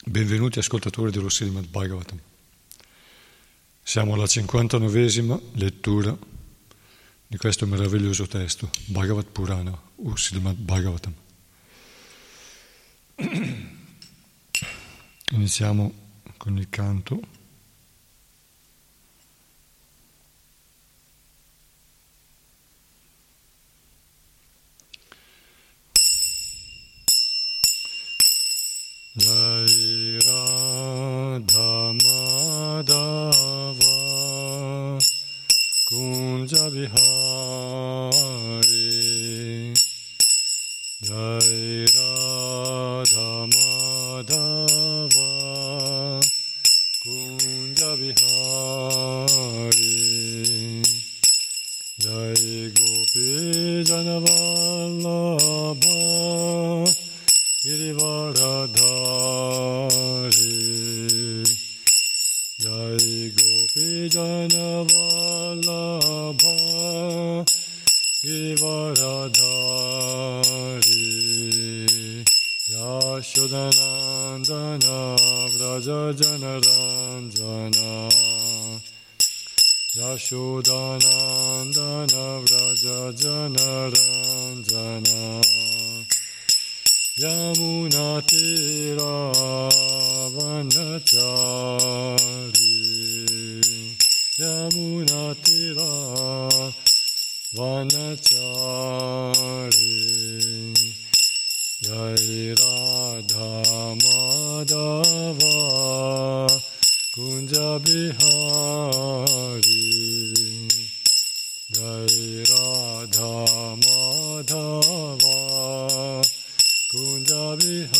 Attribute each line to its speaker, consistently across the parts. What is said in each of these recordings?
Speaker 1: Benvenuti ascoltatori dello Srimad Bhagavatam. Siamo alla 59esima lettura di questo meraviglioso testo, Bhagavat Purana, o Srimad Bhagavatam. Iniziamo con il canto. Jai Radha Madhava Kunja Bihari Jai Radha Madhava Kunja Bihari Jai Gopi Janavallabha Girivaradhari Jai Gopi Janavallabha Girivaradhari Yashodanandana Vraja Janaranjana Yashodanandana Vraja Janaranjana Yamunatira Vanachari Yamunatira Vanachari Jai Radha Madhava Kunja Bihari Jai Radha Madhava Kunja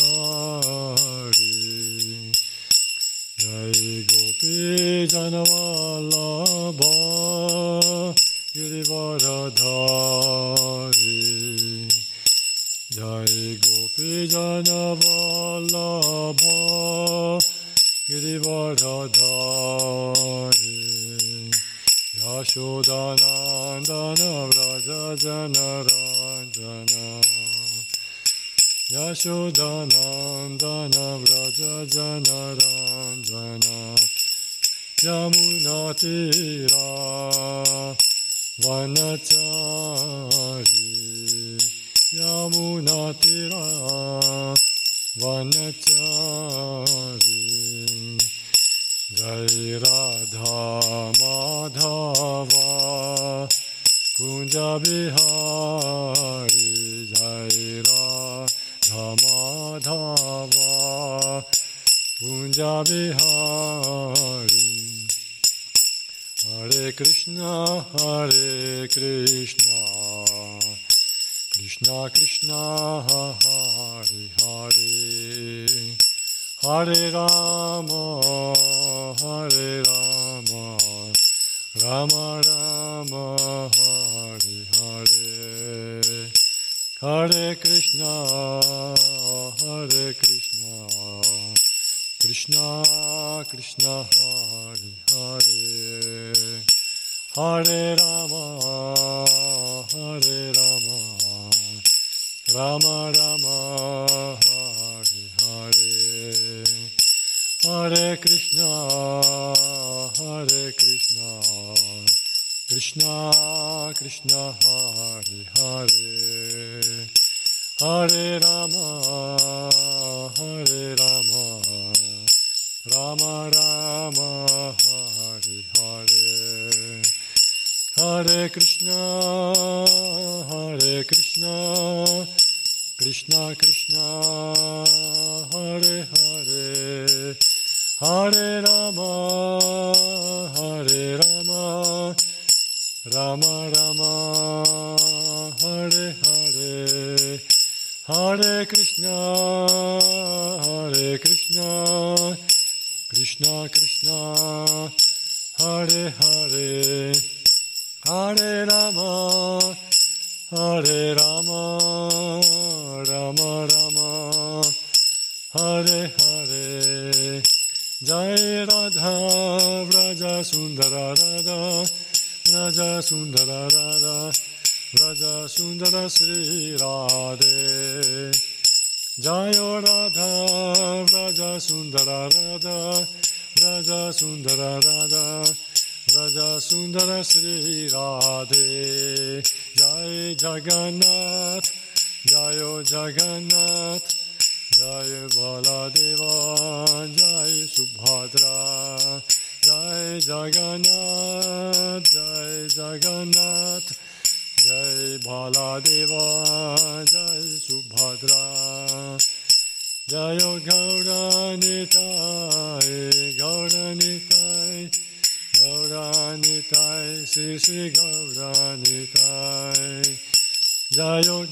Speaker 1: Bihari Jai Gopi Janavallabha Girivaradhari Jai Gopi Janavallabha Girivaradhari Yashodanandana Vraja Janaranjana Yashodanandana Vraja Janaranjana Yamunatira Vanachari Yamunatira Vanachari Jai Radha Madhava Kunja Bihari Jai Radha Madhava Kunja Bihari Hare Krishna Krishna Krishna Hare Hare Hare Rama Rama Rama Hare Hare Hare Krishna Krishna Krishna Hare Hare Hare Rama Rama Rama Hare Hare Hare Krishna Krishna Krishna Hare Hare Hare Rama Rama Rama Hare Hare Hare Krishna Krishna Krishna Hare Hare Hare Rama Rama Rama Hare Hare Hare Krishna Krishna Krishna Hare Hare Hare Rama Rama Rama Hare Hare Jai Radha Vraja Sundara Radha Vraja Sundara Radha Vraja Sundara Sri Radhe Jayo Radha Vraja Sundara Radha Vraja Sundara Radha Vraja Sundara Sri Radhe Jai Jagannath Jayo Jagannath Jai Baladeva Jai Subhadra Jai Jagannath Jai Jagannath Jai Baladeva Jai Subhadra Jayo Gauranitai Gauranitai Gauranitai Sri Sri Gauranitai Jayo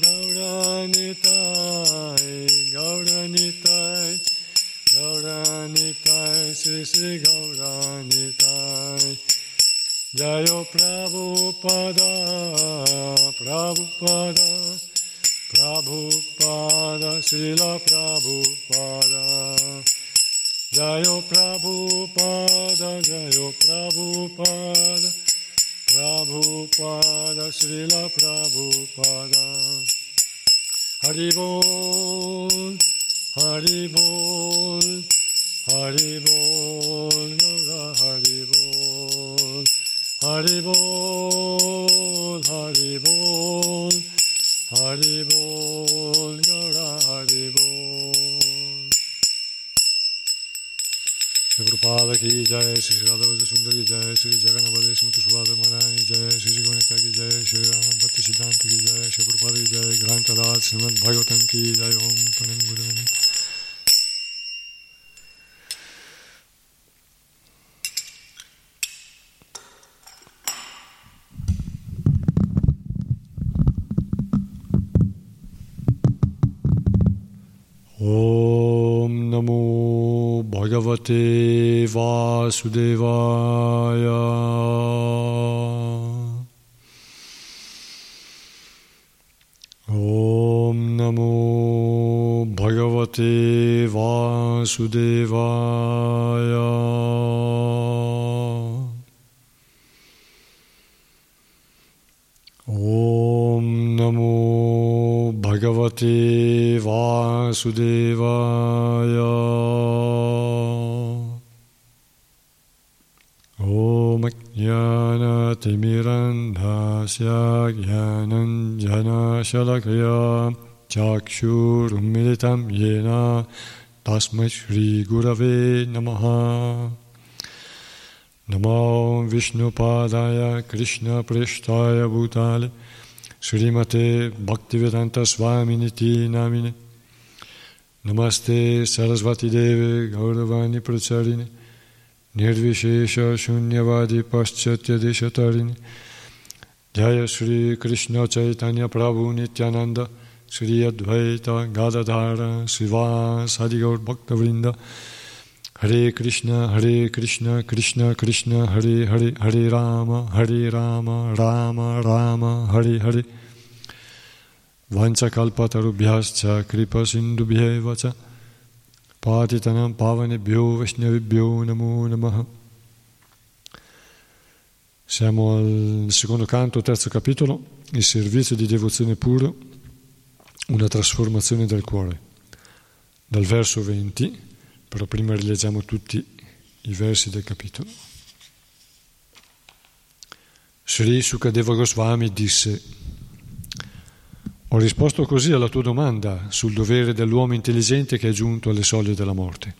Speaker 1: Gauranitai Gauranitai Gauranitai Sri Sri Gauranitai Jayo Prabhupada Prabhupada Prabhupada Srila Prabhupada Jayo Prabhupada Jayo Prabhupada Prabhupada Srila Prabhupada Haribol Haribol Haribol Gaura Haribol Haribol Haribol Haribol Gaura Haribol Prabhupada ki jai, Shri Radhavada Sundari ki jai, Shri Jagannath Smriti Subhadra Marani jai, Shri Gauranga ki jai, Shri Ram Bhakti Siddhanta ki jai, Shri Prabhupada ki jai, Granta Raj Srimad Bhagavatam ki jai, Om Panim Guruvane. Om Namo Bhagavate Vasudevaya. Om Namo Bhagavate Vasudevaya. Om Namo Bhagavate Vasudevaya. Om Jnana Timirandhasya Jnananjana Shalakaya Chakshurumilitam Yena Tasmai Shri Gurave Namaha. Namo Vishnupadaya Krishna Prishtaya Bhutale Srimate Bhaktivedanta Swaminiti Namine. Namaste Sarasvati Deve Gauravani Pracharine Nirvishesha Shunyavadi Paschatya Deshatarini. Jaya Shri Krishna Chaitanya Prabhu Nityananda Shri Advaita Gadadhara Siva Sadigaur Bhaktavrinda. Hare Krishna Krishna Krishna Hare Hare Hare Rama Rama Rama Hare Hare. Vanchakalpatarubhyascha kripa sindubhyeva cha patitanam pavanebhyo vaishnavibhyo namo namaha. Siamo al secondo canto, terzo capitolo, il servizio di devozione puro, una trasformazione del cuore. Dal verso 20, però prima rileggiamo tutti i versi del capitolo. Sri Sukadeva Goswami disse: ho risposto così alla tua domanda sul dovere dell'uomo intelligente che è giunto alle soglie della morte.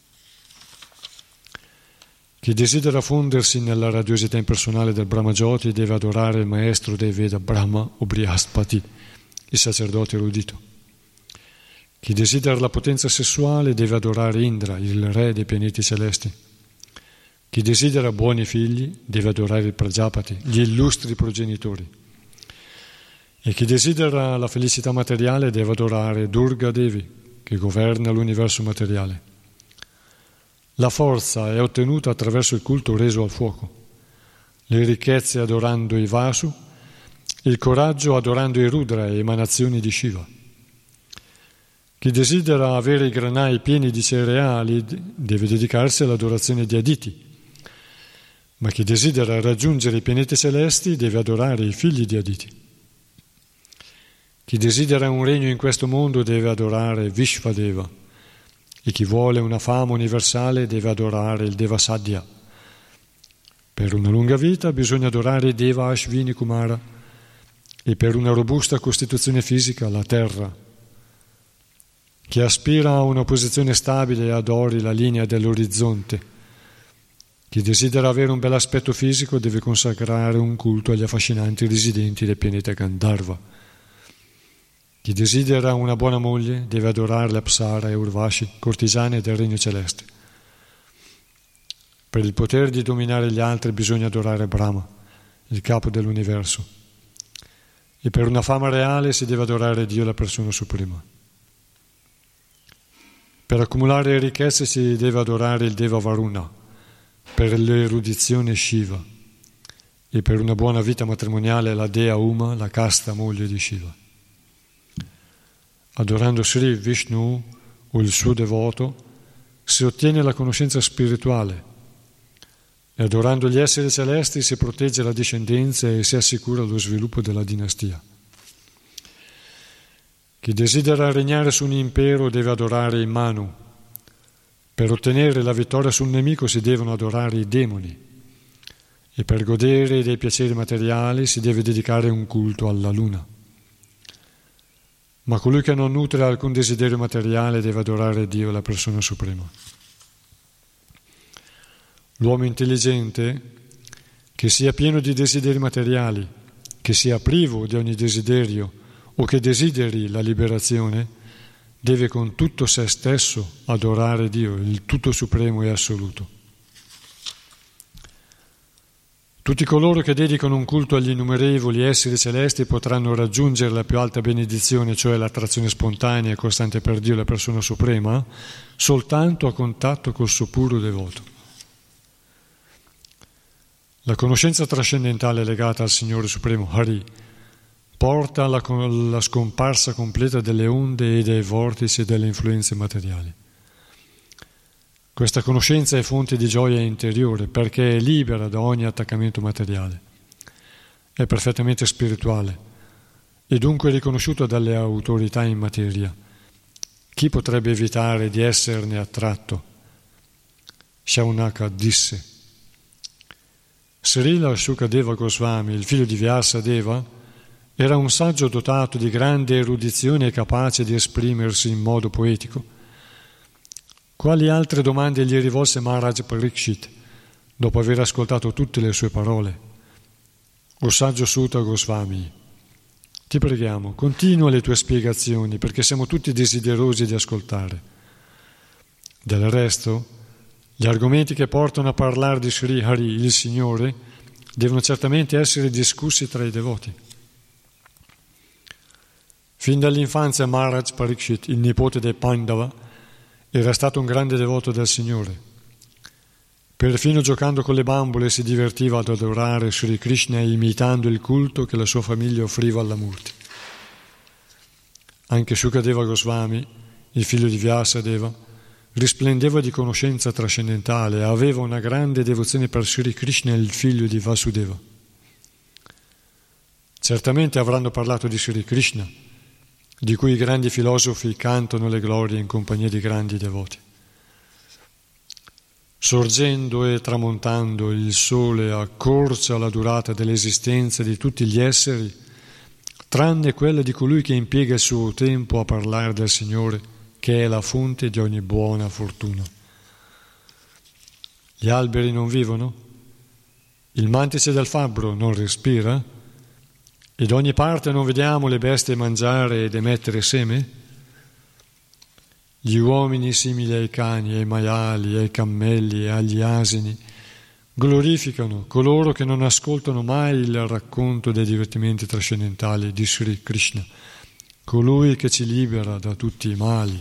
Speaker 1: Chi desidera fondersi nella radiosità impersonale del Brahmajoti deve adorare il maestro dei Veda Brahma o Brihaspati, il sacerdote erudito. Chi desidera la potenza sessuale deve adorare Indra, il re dei pianeti celesti. Chi desidera buoni figli deve adorare il Prajapati, gli illustri progenitori. E chi desidera la felicità materiale deve adorare Durga Devi, che governa l'universo materiale. La forza è ottenuta attraverso il culto reso al fuoco, le ricchezze adorando i Vasu, il coraggio adorando i Rudra, emanazioni di Shiva. Chi desidera avere i granai pieni di cereali deve dedicarsi all'adorazione di Aditi, ma chi desidera raggiungere i pianeti celesti deve adorare i figli di Aditi. Chi desidera un regno in questo mondo deve adorare Vishvadeva e chi vuole una fama universale deve adorare il Deva Sadhya. Per una lunga vita bisogna adorare Deva Ashvini Kumara e per una robusta costituzione fisica la terra. Chi aspira a una posizione stabile adori la linea dell'orizzonte. Chi desidera avere un bel aspetto fisico deve consacrare un culto agli affascinanti residenti del pianeta Gandharva. Chi desidera una buona moglie deve adorare le Apsara e Urvashi, cortigiane del regno celeste. Per il potere di dominare gli altri bisogna adorare Brahma, il capo dell'universo. E per una fama reale si deve adorare Dio, la persona suprema. Per accumulare ricchezze si deve adorare il Deva Varuna, per l'erudizione Shiva, e per una buona vita matrimoniale la Dea Uma, la casta moglie di Shiva. Adorando Sri Vishnu o il suo devoto si ottiene la conoscenza spirituale e adorando gli esseri celesti si protegge la discendenza e si assicura lo sviluppo della dinastia. Chi desidera regnare su un impero deve adorare i Manu. Per ottenere la vittoria sul nemico si devono adorare i demoni e per godere dei piaceri materiali si deve dedicare un culto alla luna. Ma colui che non nutre alcun desiderio materiale deve adorare Dio, la persona suprema. L'uomo intelligente, che sia pieno di desideri materiali, che sia privo di ogni desiderio o che desideri la liberazione, deve con tutto se stesso adorare Dio, il tutto supremo e assoluto. Tutti coloro che dedicano un culto agli innumerevoli esseri celesti potranno raggiungere la più alta benedizione, cioè l'attrazione spontanea e costante per Dio, la persona suprema, soltanto a contatto col suo puro devoto. La conoscenza trascendentale legata al Signore Supremo, Hari, porta alla scomparsa completa delle onde e dei vortici e delle influenze materiali. Questa conoscenza è fonte di gioia interiore perché è libera da ogni attaccamento materiale. È perfettamente spirituale e dunque riconosciuta dalle autorità in materia. Chi potrebbe evitare di esserne attratto? Shaunaka disse: Srila Shukadeva Goswami, il figlio di Vyasadeva, era un saggio dotato di grande erudizione e capace di esprimersi in modo poetico. Quali altre domande gli rivolse Maharaj Parikshit dopo aver ascoltato tutte le sue parole? O saggio Suta Goswami, ti preghiamo, continua le tue spiegazioni perché siamo tutti desiderosi di ascoltare. Del resto, gli argomenti che portano a parlare di Sri Hari, il Signore, devono certamente essere discussi tra i devoti. Fin dall'infanzia Maharaj Parikshit, il nipote dei Pandava, era stato un grande devoto del Signore. Perfino giocando con le bambole si divertiva ad adorare Sri Krishna imitando il culto che la sua famiglia offriva alla Murti. Anche Shukadeva Goswami, il figlio di Vyasadeva, risplendeva di conoscenza trascendentale e aveva una grande devozione per Sri Krishna, il figlio di Vasudeva. Certamente avranno parlato di Sri Krishna, di cui i grandi filosofi cantano le glorie in compagnia di grandi devoti. Sorgendo e tramontando, il sole accorcia la durata dell'esistenza di tutti gli esseri, tranne quella di colui che impiega il suo tempo a parlare del Signore, che è la fonte di ogni buona fortuna. Gli alberi non vivono? Il mantice del fabbro non respira? E da ogni parte non vediamo le bestie mangiare ed emettere seme? Gli uomini simili ai cani, ai maiali, ai cammelli e agli asini glorificano coloro che non ascoltano mai il racconto dei divertimenti trascendentali di Sri Krishna, colui che ci libera da tutti i mali.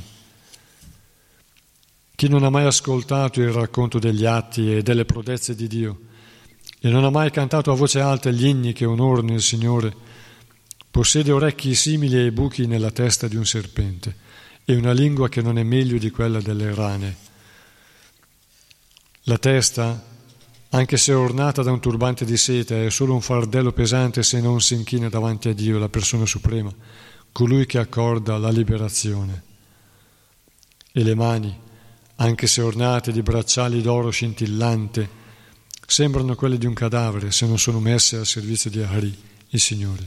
Speaker 1: Chi non ha mai ascoltato il racconto degli atti e delle prodezze di Dio e non ha mai cantato a voce alta gli inni che onorano il Signore, possiede orecchi simili ai buchi nella testa di un serpente e una lingua che non è meglio di quella delle rane. La testa, anche se ornata da un turbante di seta, è solo un fardello pesante se non si inchina davanti a Dio, la persona suprema, colui che accorda la liberazione. E le mani, anche se ornate di bracciali d'oro scintillante, sembrano quelle di un cadavere se non sono messe al servizio di Hari, il Signore.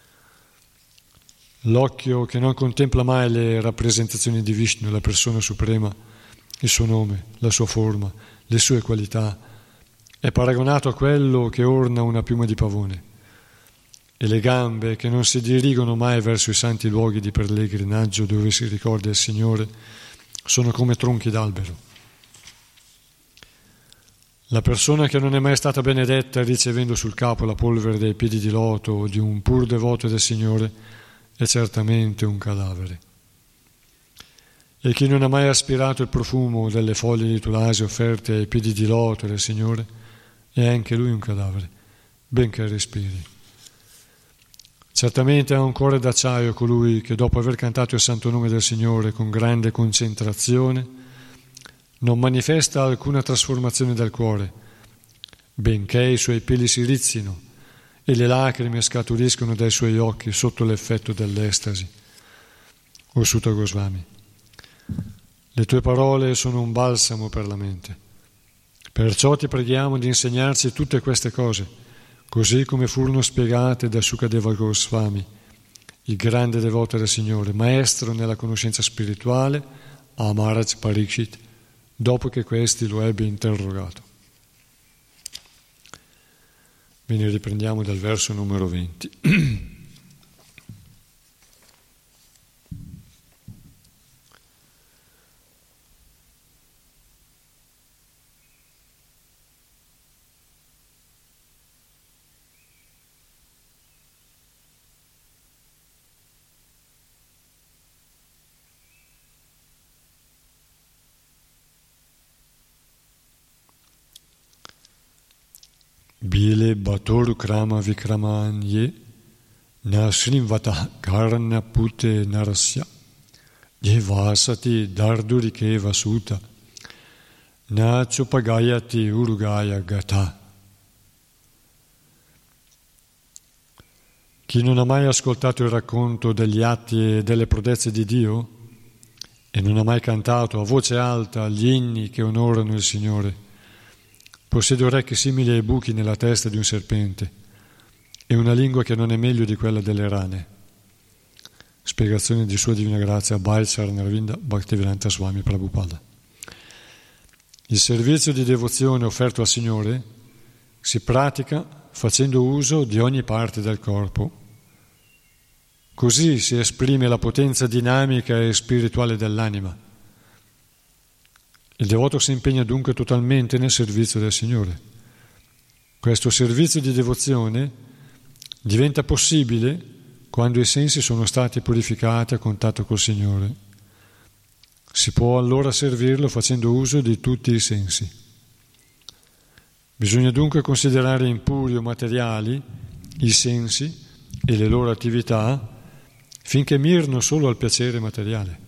Speaker 1: L'occhio che non contempla mai le rappresentazioni di Vishnu, la persona suprema, il suo nome, la sua forma, le sue qualità, è paragonato a quello che orna una piuma di pavone. E le gambe che non si dirigono mai verso i santi luoghi di pellegrinaggio dove si ricorda il Signore sono come tronchi d'albero. La persona che non è mai stata benedetta ricevendo sul capo la polvere dei piedi di loto o di un pur devoto del Signore è certamente un cadavere. E chi non ha mai aspirato il profumo delle foglie di tulasi offerte ai piedi di loto del Signore è anche lui un cadavere, benché respiri. Certamente ha un cuore d'acciaio colui che dopo aver cantato il santo nome del Signore con grande concentrazione non manifesta alcuna trasformazione del cuore, benché i suoi peli si rizzino e le lacrime scaturiscono dai suoi occhi sotto l'effetto dell'estasi. O Sutta Goswami, le tue parole sono un balsamo per la mente. Perciò ti preghiamo di insegnarci tutte queste cose, così come furono spiegate da Sukadeva Goswami, il grande devoto del Signore, maestro nella conoscenza spirituale, a Maharaj Parikshit, dopo che questi lo ebbe interrogato. Bene, riprendiamo dal verso numero 20. Bile Batoru Krama Vikramanye Nasrinvata Karna Pute Narasya Yevasati Dardurike Vasuta Nachupagayati Urugaya Gata. Chi non ha mai ascoltato il racconto degli atti e delle prodezze di Dio e non ha mai cantato a voce alta gli inni che onorano il Signore possiede orecchi simili ai buchi nella testa di un serpente e una lingua che non è meglio di quella delle rane. Spiegazione di Sua Divina Grazia Bhai Charanarvinda Bhaktivedanta Swami Prabhupada. Il servizio di devozione offerto al Signore si pratica facendo uso di ogni parte del corpo. Così si esprime la potenza dinamica e spirituale dell'anima. Il devoto si impegna dunque totalmente nel servizio del Signore. Questo servizio di devozione diventa possibile quando i sensi sono stati purificati a contatto col Signore. Si può allora servirlo facendo uso di tutti i sensi. Bisogna dunque considerare impuri o materiali i sensi e le loro attività finché mirano solo al piacere materiale.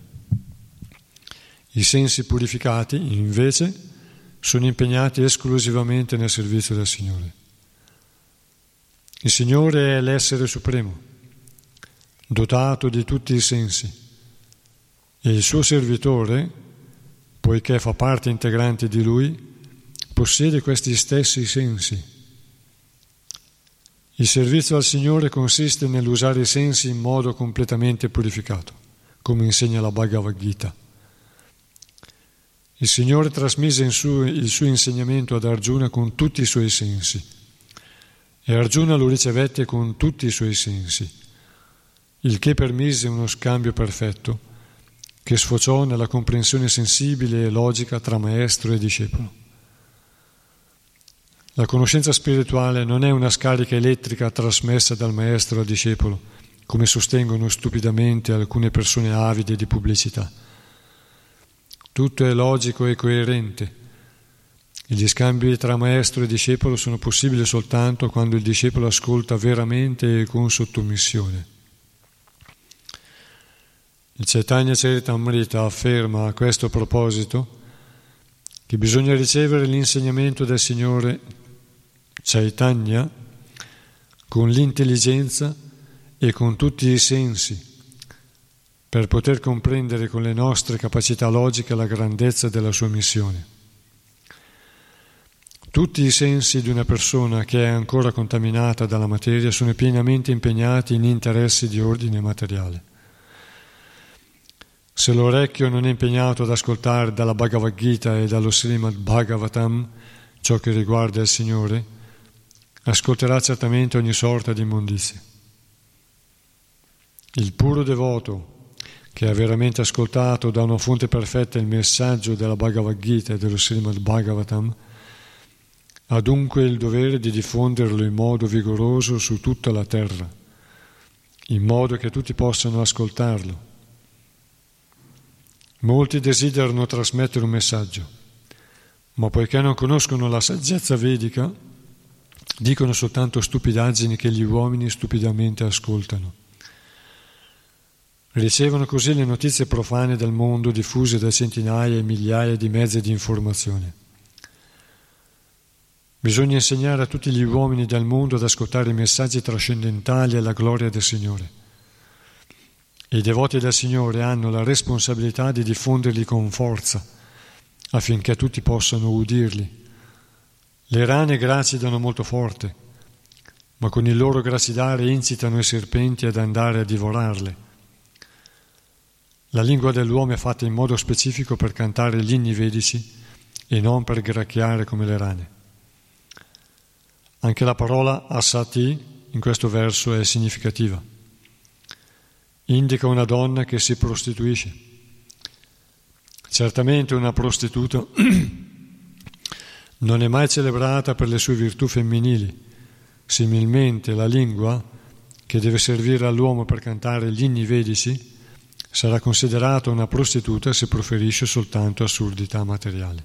Speaker 1: I sensi purificati, invece, sono impegnati esclusivamente nel servizio del Signore. Il Signore è l'essere supremo, dotato di tutti i sensi, e il suo servitore, poiché fa parte integrante di Lui, possiede questi stessi sensi. Il servizio al Signore consiste nell'usare i sensi in modo completamente purificato, come insegna la Bhagavad Gita. Il Signore trasmise il suo insegnamento ad Arjuna con tutti i suoi sensi e Arjuna lo ricevette con tutti i suoi sensi, il che permise uno scambio perfetto che sfociò nella comprensione sensibile e logica tra maestro e discepolo. La conoscenza spirituale non è una scarica elettrica trasmessa dal maestro al discepolo, come sostengono stupidamente alcune persone avide di pubblicità. Tutto è logico e coerente. Gli scambi tra maestro e discepolo sono possibili soltanto quando il discepolo ascolta veramente e con sottomissione. Il Chaitanya Charitamrita afferma a questo proposito che bisogna ricevere l'insegnamento del Signore Chaitanya con l'intelligenza e con tutti i sensi, per poter comprendere con le nostre capacità logiche la grandezza della sua missione. Tutti i sensi di una persona che è ancora contaminata dalla materia sono pienamente impegnati in interessi di ordine materiale. Se l'orecchio non è impegnato ad ascoltare dalla Bhagavad Gita e dallo Srimad Bhagavatam ciò che riguarda il Signore, ascolterà certamente ogni sorta di immondizia. Il puro devoto che ha veramente ascoltato da una fonte perfetta il messaggio della Bhagavad Gita e dello Srimad Bhagavatam ha dunque il dovere di diffonderlo in modo vigoroso su tutta la terra, in modo che tutti possano ascoltarlo. Molti desiderano trasmettere un messaggio, ma poiché non conoscono la saggezza vedica, dicono soltanto stupidaggini che gli uomini stupidamente ascoltano. Ricevono così le notizie profane del mondo diffuse da centinaia e migliaia di mezzi di informazione. Bisogna insegnare a tutti gli uomini del mondo ad ascoltare i messaggi trascendentali e la gloria del Signore. I devoti del Signore hanno la responsabilità di diffonderli con forza, affinché tutti possano udirli. Le rane gracidano molto forte, ma con il loro gracidare incitano i serpenti ad andare a divorarle. La lingua dell'uomo è fatta in modo specifico per cantare gli inni vedici e non per gracchiare come le rane. Anche la parola asati in questo verso è significativa. Indica una donna che si prostituisce. Certamente una prostituta non è mai celebrata per le sue virtù femminili. Similmente la lingua, che deve servire all'uomo per cantare gli inni vedici, sarà considerata una prostituta se proferisce soltanto assurdità materiali.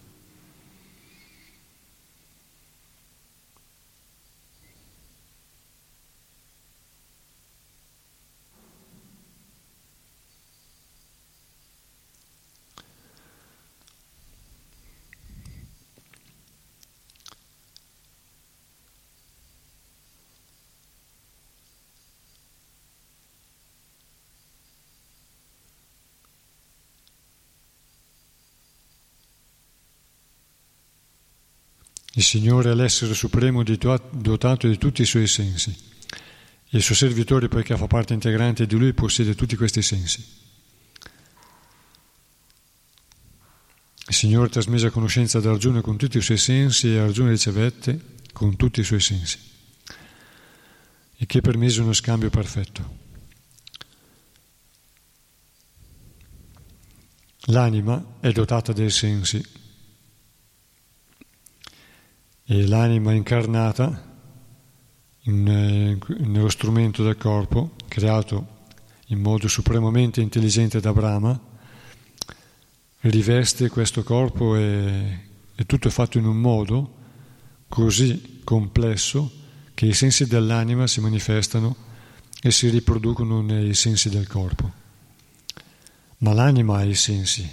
Speaker 1: Il Signore è l'essere supremo dotato di tutti i suoi sensi. Il suo servitore, poiché fa parte integrante di lui, possiede tutti questi sensi. Il Signore trasmise conoscenza ad Arjuna con tutti i suoi sensi e Arjuna ricevette con tutti i suoi sensi, il che permise uno scambio perfetto. L'anima è dotata dei sensi e l'anima incarnata nello strumento del corpo, creato in modo supremamente intelligente da Brahma, riveste questo corpo e tutto è fatto in un modo così complesso che i sensi dell'anima si manifestano e si riproducono nei sensi del corpo. Ma l'anima ha i sensi.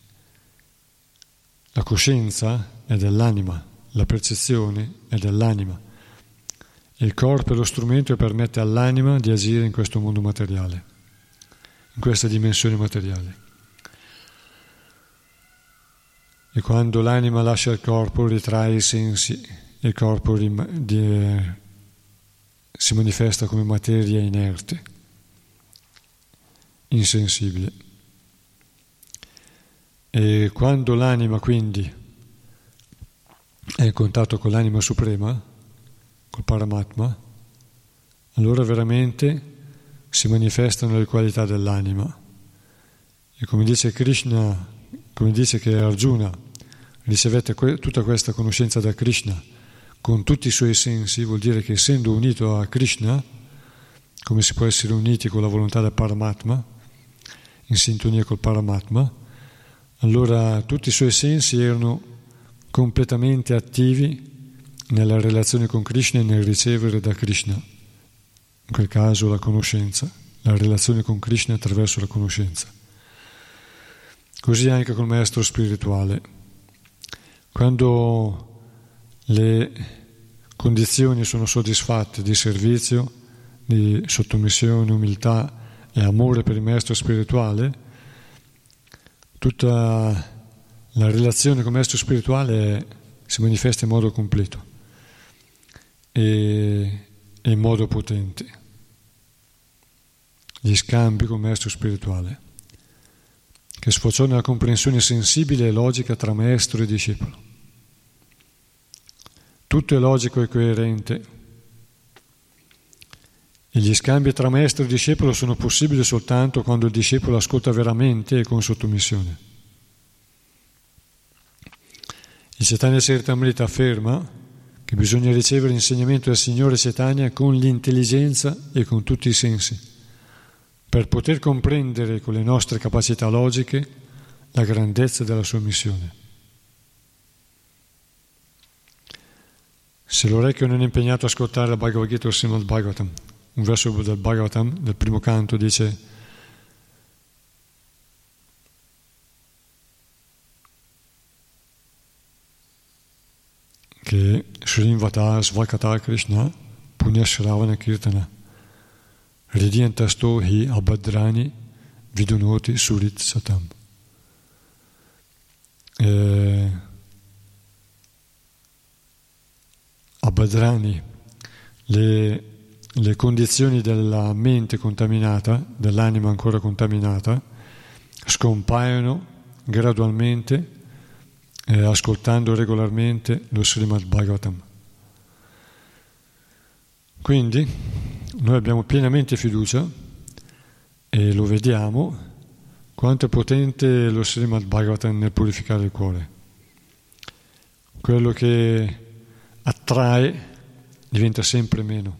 Speaker 1: La coscienza è dell'anima. La percezione è dell'anima. Il corpo è lo strumento che permette all'anima di agire in questo mondo materiale, in questa dimensione materiale. E quando l'anima lascia il corpo, ritrae i sensi, il corpo si manifesta come materia inerte, insensibile. E quando l'anima quindi è in contatto con l'anima suprema, col Paramatma, allora veramente si manifestano le qualità dell'anima. E come dice Krishna, come dice che Arjuna ricevette tutta questa conoscenza da Krishna con tutti i suoi sensi, vuol dire che essendo unito a Krishna, come si può essere uniti con la volontà del Paramatma, in sintonia col Paramatma, allora tutti i suoi sensi erano completamente attivi nella relazione con Krishna e nel ricevere da Krishna, in quel caso la conoscenza, la relazione con Krishna attraverso la conoscenza. Così anche col maestro spirituale. Quando le condizioni sono soddisfatte di servizio, di sottomissione, umiltà e amore per il maestro spirituale, tutta la relazione con il maestro spirituale si manifesta in modo completo e in modo potente. Gli scambi con il maestro spirituale, che sfociò nella comprensione sensibile e logica tra maestro e discepolo. Tutto è logico e coerente, e gli scambi tra maestro e discepolo sono possibili soltanto quando il discepolo ascolta veramente e con sottomissione. Il Chaitanya Charitamrita afferma che bisogna ricevere l'insegnamento del Signore Chaitanya con l'intelligenza e con tutti i sensi, per poter comprendere con le nostre capacità logiche la grandezza della sua missione. Se l'orecchio non è impegnato a ascoltare la Bhagavad Gita o Srimad Bhagavatam, un verso del Bhagavatam, del primo canto, dice: che Srinvata Svakata Krishna Punya Shravana Kirtana Ridiantasto hi abhadrani vidunoti surit satam. Abhadrani, le condizioni della mente contaminata, dell'anima ancora contaminata, scompaiono gradualmente ascoltando regolarmente lo Srimad Bhagavatam. Quindi noi abbiamo pienamente fiducia e lo vediamo quanto è potente lo Srimad Bhagavatam nel purificare il cuore. Quello che attrae diventa sempre meno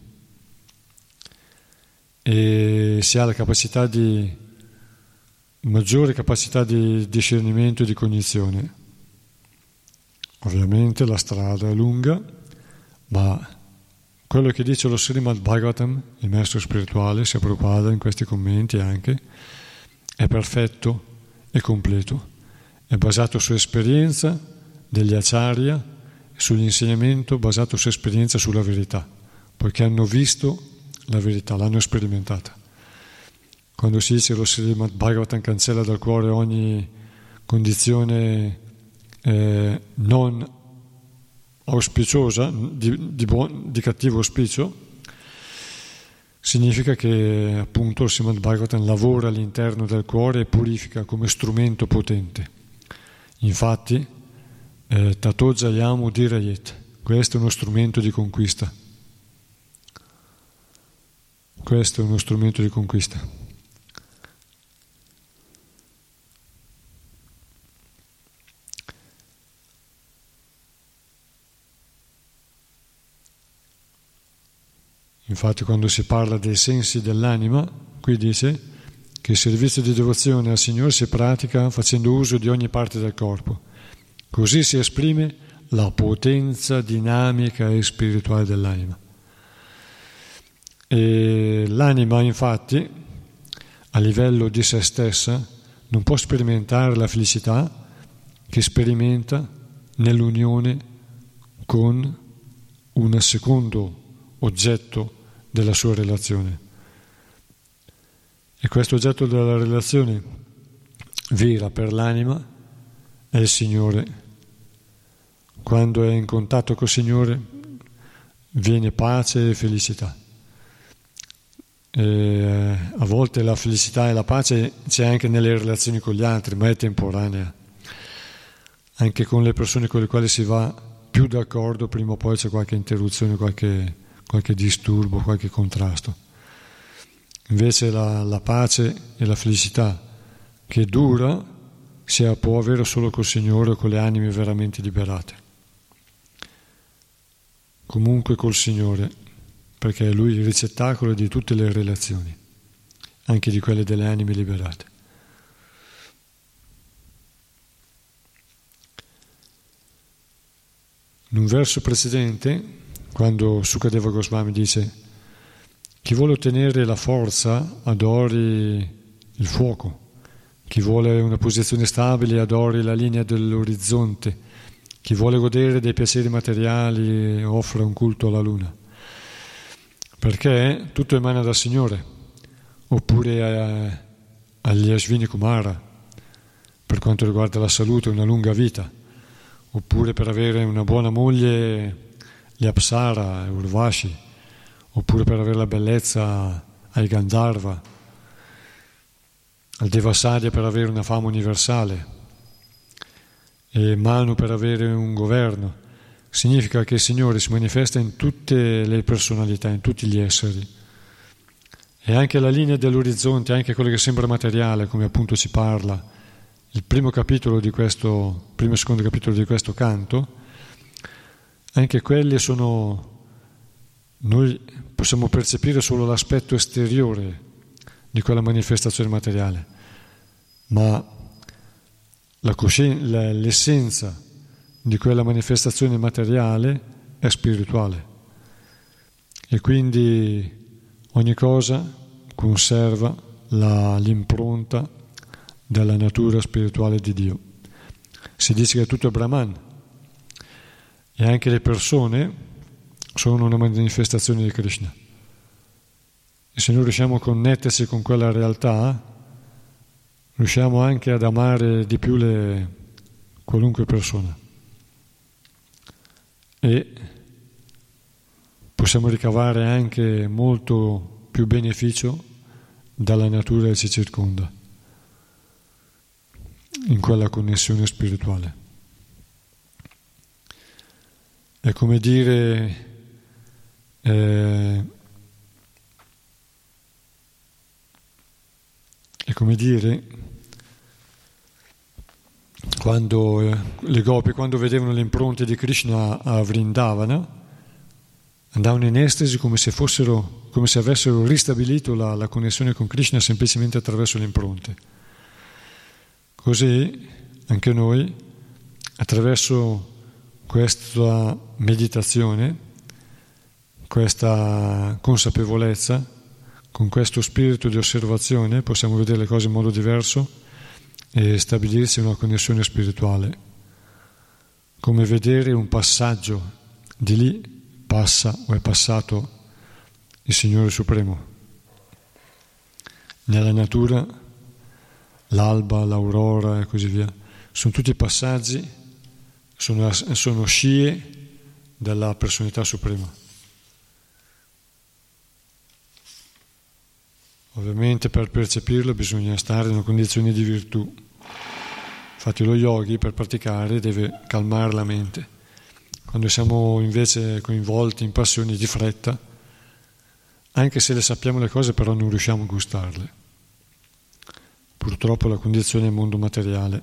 Speaker 1: e si ha la capacità maggiore capacità di discernimento e di cognizione. Ovviamente la strada è lunga, ma quello che dice lo Srimad Bhagavatam, il maestro spirituale, sia Prabhupada in questi commenti anche, è perfetto e completo, è basato su esperienza degli acharya, sull'insegnamento basato su esperienza sulla verità, poiché hanno visto la verità, l'hanno sperimentata. Quando si dice lo Srimad Bhagavatam cancella dal cuore ogni condizione non auspiciosa, di cattivo auspicio, significa che appunto il Srimad Bhagavatam lavora all'interno del cuore e purifica come strumento potente. Infatti Tato Jayamu Dirayet, questo è uno strumento di conquista. Questo è uno strumento di conquista. Infatti quando si parla dei sensi dell'anima, qui dice che il servizio di devozione al Signore si pratica facendo uso di ogni parte del corpo. Così si esprime la potenza dinamica e spirituale dell'anima. E l'anima, infatti, a livello di se stessa, non può sperimentare la felicità che sperimenta nell'unione con un secondo oggetto della sua relazione. E questo oggetto della relazione vera per l'anima è il Signore. Quando è in contatto col Signore viene pace e felicità. E a volte la felicità e la pace c'è anche nelle relazioni con gli altri, ma è temporanea. Anche con le persone con le quali si va più d'accordo, prima o poi c'è qualche interruzione, qualche disturbo, qualche contrasto. Invece la pace e la felicità che dura si può avere solo col Signore o con le anime veramente liberate. Comunque col Signore, perché è Lui il ricettacolo di tutte le relazioni, anche di quelle delle anime liberate. In un verso precedente, quando Sukadeva Goswami dice: chi vuole ottenere la forza adori il fuoco, chi vuole una posizione stabile adori la linea dell'orizzonte, chi vuole godere dei piaceri materiali offre un culto alla luna, perché tutto emana dal Signore. oppure agli Ashwini Kumara per quanto riguarda la salute e una lunga vita, oppure per avere una buona moglie gli Apsara e Urvashi, oppure per avere la bellezza ai Gandharva, al Devasadya per avere una fama universale e Manu per avere un governo. Significa che il Signore si manifesta in tutte le personalità, in tutti gli esseri. E anche la linea dell'orizzonte, anche quello che sembra materiale, come appunto ci parla il primo e secondo capitolo di questo canto, anche quelli noi possiamo percepire solo l'aspetto esteriore di quella manifestazione materiale, ma l'essenza di quella manifestazione materiale è spirituale e quindi ogni cosa conserva l'impronta della natura spirituale di Dio. Si dice che tutto è Brahman e anche le persone sono una manifestazione di Krishna. E se noi riusciamo a connettersi con quella realtà, riusciamo anche ad amare di più qualunque persona. E possiamo ricavare anche molto più beneficio dalla natura che ci circonda, in quella connessione spirituale. È come dire quando le gopi, quando vedevano le impronte di Krishna a Vrindavana, andavano in estasi come se avessero ristabilito la connessione con Krishna semplicemente attraverso le impronte. Così anche noi, attraverso questa meditazione, questa consapevolezza, con questo spirito di osservazione, possiamo vedere le cose in modo diverso e stabilirsi una connessione spirituale, come vedere un passaggio, di lì passa o è passato il Signore Supremo. Nella natura, l'alba, l'aurora e così via, sono tutti passaggi, sono scie della personalità suprema. Ovviamente per percepirlo bisogna stare in una condizione di virtù. Infatti lo yogi per praticare deve calmare la mente. Quando siamo invece coinvolti in passioni di fretta, anche se le sappiamo le cose però non riusciamo a gustarle. Purtroppo la condizione del mondo materiale.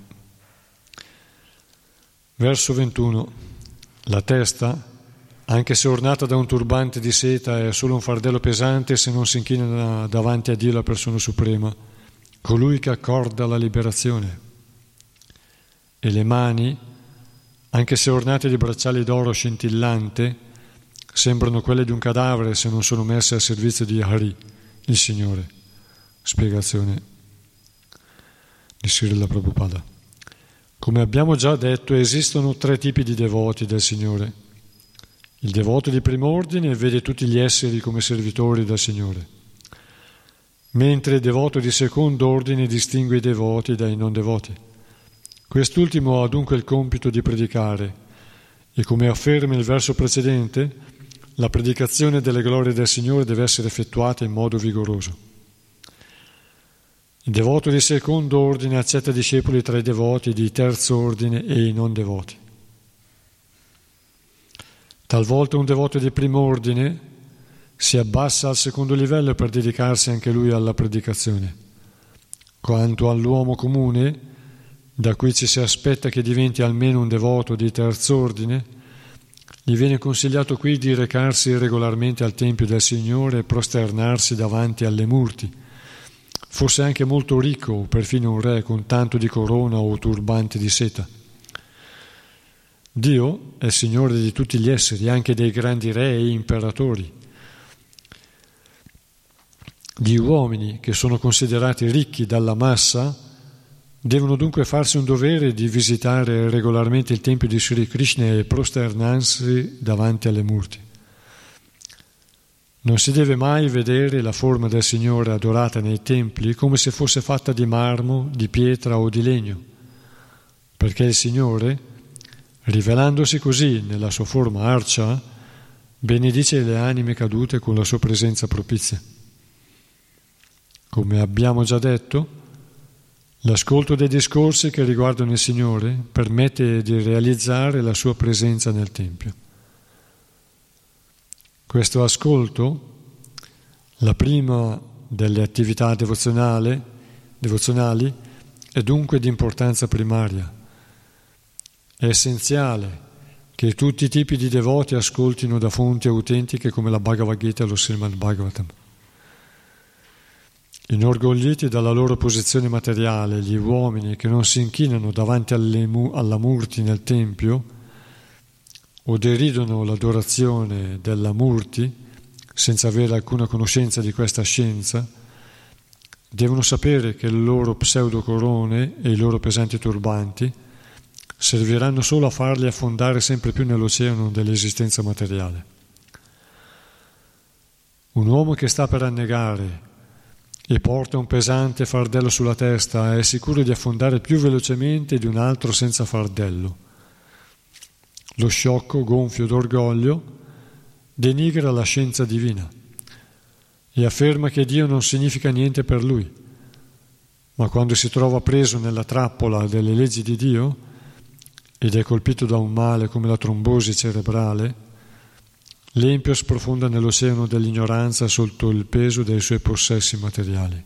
Speaker 1: Verso 21. La testa, anche se ornata da un turbante di seta, è solo un fardello pesante se non si inchina davanti a Dio, la persona suprema, colui che accorda la liberazione. E le mani, anche se ornate di bracciali d'oro scintillante, sembrano quelle di un cadavere se non sono messe al servizio di Hari, il Signore. Spiegazione di Srila Prabhupada. Come abbiamo già detto, esistono 3 tipi di devoti del Signore. Il devoto di primo ordine vede tutti gli esseri come servitori del Signore, mentre il devoto di secondo ordine distingue i devoti dai non devoti. Quest'ultimo ha dunque il compito di predicare e, come afferma il verso precedente, la predicazione delle glorie del Signore deve essere effettuata in modo vigoroso. Il devoto di secondo ordine accetta discepoli tra i devoti di terzo ordine e i non devoti. Talvolta un devoto di primo ordine si abbassa al secondo livello per dedicarsi anche lui alla predicazione. Quanto all'uomo comune, da cui ci si aspetta che diventi almeno un devoto di terzo ordine, gli viene consigliato qui di recarsi regolarmente al Tempio del Signore e prosternarsi davanti alle murti, fosse anche molto ricco o perfino un re con tanto di corona o turbante di seta. Dio è Signore di tutti gli esseri, anche dei grandi re e imperatori. Gli uomini, che sono considerati ricchi dalla massa, devono dunque farsi un dovere di visitare regolarmente il Tempio di Sri Krishna e prosternarsi davanti alle murti. Non si deve mai vedere la forma del Signore adorata nei templi come se fosse fatta di marmo, di pietra o di legno, perché il Signore, rivelandosi così nella sua forma arcia, benedice le anime cadute con la sua presenza propizia. Come abbiamo già detto, l'ascolto dei discorsi che riguardano il Signore permette di realizzare la sua presenza nel Tempio. Questo ascolto, la prima delle attività devozionali, è dunque di importanza primaria. È essenziale che tutti i tipi di devoti ascoltino da fonti autentiche come la Bhagavad Gita e lo Srimad Bhagavatam. Inorgogliti dalla loro posizione materiale, gli uomini che non si inchinano davanti alla Murti nel Tempio o deridono l'adorazione della Murti senza avere alcuna conoscenza di questa scienza, devono sapere che le loro pseudocorone e i loro pesanti turbanti serviranno solo a farli affondare sempre più nell'oceano dell'esistenza materiale. Un uomo che sta per annegare e porta un pesante fardello sulla testa è sicuro di affondare più velocemente di un altro senza fardello. Lo sciocco, gonfio d'orgoglio, denigra la scienza divina e afferma che Dio non significa niente per lui, ma quando si trova preso nella trappola delle leggi di Dio ed è colpito da un male come la trombosi cerebrale, l'empio sprofonda nell'oceano dell'ignoranza sotto il peso dei suoi possessi materiali.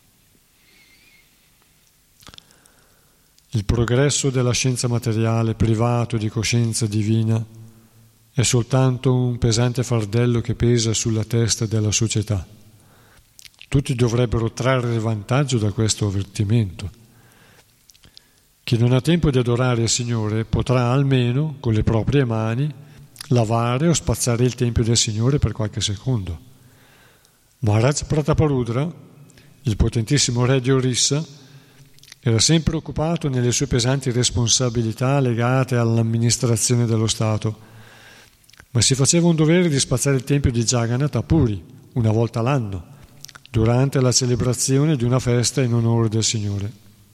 Speaker 1: Il progresso della scienza materiale, privato di coscienza divina, è soltanto un pesante fardello che pesa sulla testa della società. Tutti dovrebbero trarre vantaggio da questo avvertimento. Chi non ha tempo di adorare il Signore potrà almeno, con le proprie mani, lavare o spazzare il Tempio del Signore per qualche secondo. Maharaj Prataparudra, il potentissimo re di Orissa, era sempre occupato nelle sue pesanti responsabilità legate all'amministrazione dello Stato, ma si faceva un dovere di spazzare il tempio di Jagannath a Puri, una volta l'anno, durante la celebrazione di una festa in onore del Signore.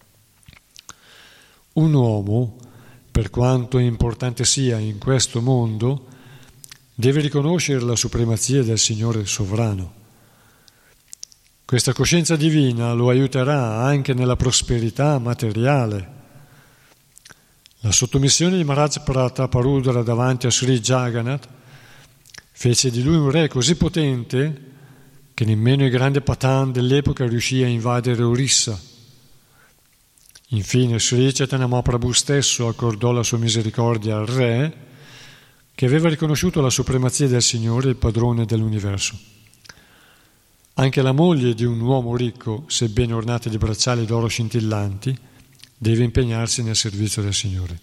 Speaker 1: Un uomo, per quanto importante sia in questo mondo, deve riconoscere la supremazia del Signore sovrano. Questa coscienza divina lo aiuterà anche nella prosperità materiale. La sottomissione di Maharaj Prataparudra davanti a Sri Jagannath fece di lui un re così potente che nemmeno il grande Patan dell'epoca riuscì a invadere Orissa. Infine Sri Chaitanya Mahaprabhu stesso accordò la sua misericordia al re, che aveva riconosciuto la supremazia del Signore, il padrone dell'universo. Anche la moglie di un uomo ricco, sebbene ornata di bracciali d'oro scintillanti, deve impegnarsi nel servizio del Signore.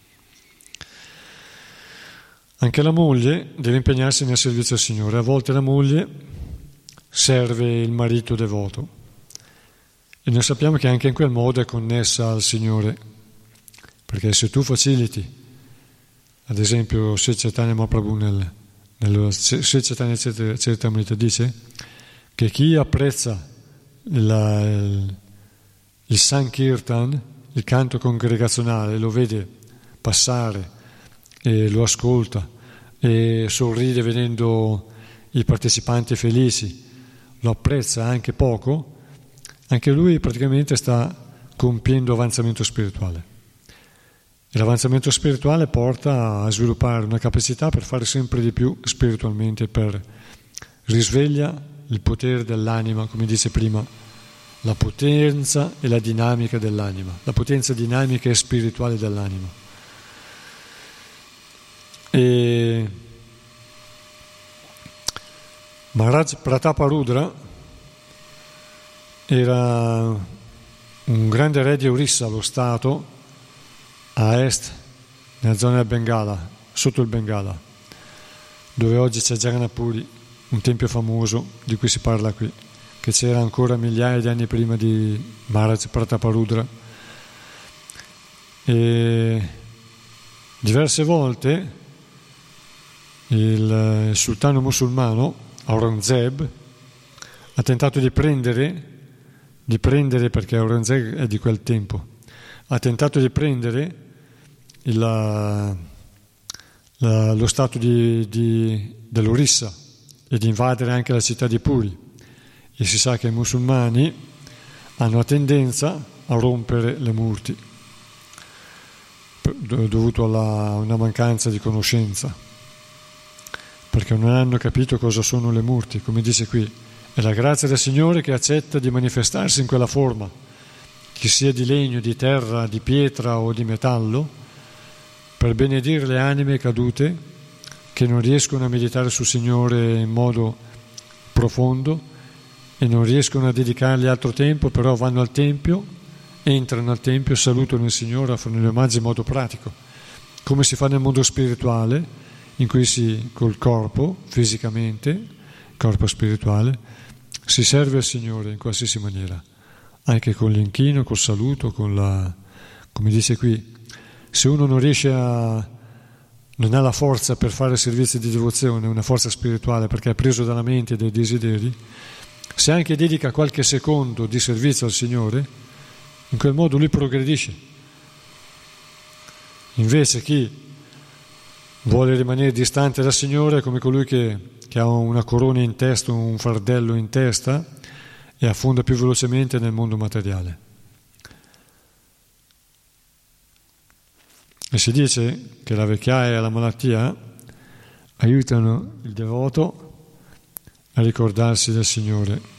Speaker 1: Anche la moglie deve impegnarsi nel servizio del Signore. A volte la moglie serve il marito devoto e noi sappiamo che anche in quel modo è connessa al Signore, perché se tu faciliti, ad esempio Sri Chaitanya Mahaprabhu nello Sri Chaitanya Charitamrita dice che chi apprezza il Sankirtan, il canto congregazionale, lo vede passare e lo ascolta e sorride vedendo i partecipanti felici, lo apprezza anche poco, anche lui praticamente sta compiendo avanzamento spirituale. E l'avanzamento spirituale porta a sviluppare una capacità per fare sempre di più spiritualmente, per risveglia il potere dell'anima, come dice prima, la potenza e la dinamica dell'anima, la potenza dinamica e spirituale dell'anima. E Maharaj Prataparudra era un grande re di Orissa, lo stato a est, nella zona del Bengala, sotto il Bengala, dove oggi c'è Jagannath Puri, un tempio famoso di cui si parla qui, che c'era ancora migliaia di anni prima di Maharaj Prataparudra. E diverse volte il sultano musulmano Aurangzeb ha tentato di prendere perché Aurangzeb è di quel tempo, ha tentato di prendere lo stato dell'Orissa e di invadere anche la città di Puri. E si sa che i musulmani hanno la tendenza a rompere le murti dovuto a una mancanza di conoscenza, perché non hanno capito cosa sono le murti. Come dice qui, è la grazia del Signore che accetta di manifestarsi in quella forma, che sia di legno, di terra, di pietra o di metallo, per benedire le anime cadute che non riescono a meditare sul Signore in modo profondo e non riescono a dedicargli altro tempo, però vanno al Tempio, entrano al Tempio, salutano il Signore, fanno gli omaggi in modo pratico, come si fa nel mondo spirituale, in cui col corpo, fisicamente, corpo spirituale, si serve al Signore in qualsiasi maniera, anche con l'inchino, col saluto, come dice qui, se uno non riesce non ha la forza per fare servizi di devozione, una forza spirituale, perché è preso dalla mente e dai desideri, se anche dedica qualche secondo di servizio al Signore, in quel modo lui progredisce. Invece chi vuole rimanere distante dal Signore è come colui che ha una corona in testa, un fardello in testa e affonda più velocemente nel mondo materiale. E si dice che la vecchiaia e la malattia aiutano il devoto a ricordarsi del Signore.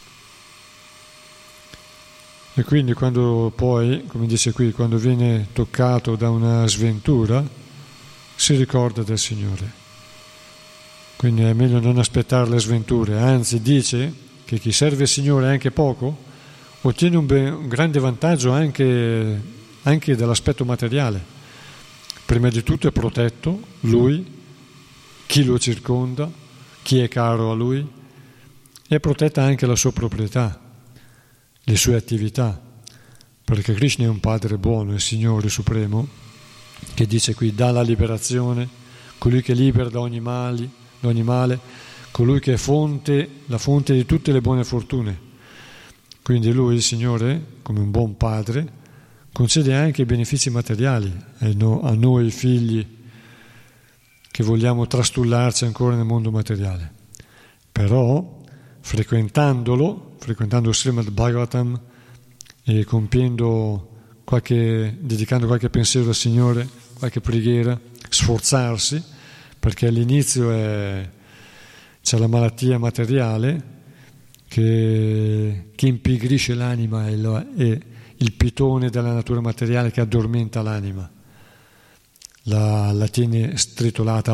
Speaker 1: E quindi quando poi, come dice qui, quando viene toccato da una sventura, si ricorda del Signore. Quindi è meglio non aspettare le sventure, anzi dice che chi serve il Signore anche poco ottiene un grande vantaggio anche dall'aspetto materiale. Prima di tutto è protetto lui, chi lo circonda, chi è caro a lui, e è protetta anche la sua proprietà, le sue attività, perché Krishna è un Padre buono, il Signore Supremo, che dice qui, dà la liberazione, colui che libera da ogni male, colui che è la fonte di tutte le buone fortune. Quindi lui, il Signore, come un buon Padre, concede anche i benefici materiali a noi figli che vogliamo trastullarci ancora nel mondo materiale. Però, frequentando Srimad Bhagavatam e dedicando qualche pensiero al Signore, qualche preghiera, sforzarsi, perché all'inizio c'è la malattia materiale che impigrisce l'anima e il pitone della natura materiale che addormenta l'anima, la tiene stritolata,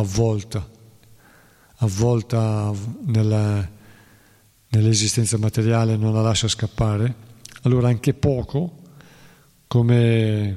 Speaker 1: avvolta nell'esistenza materiale, non la lascia scappare. Allora anche poco, come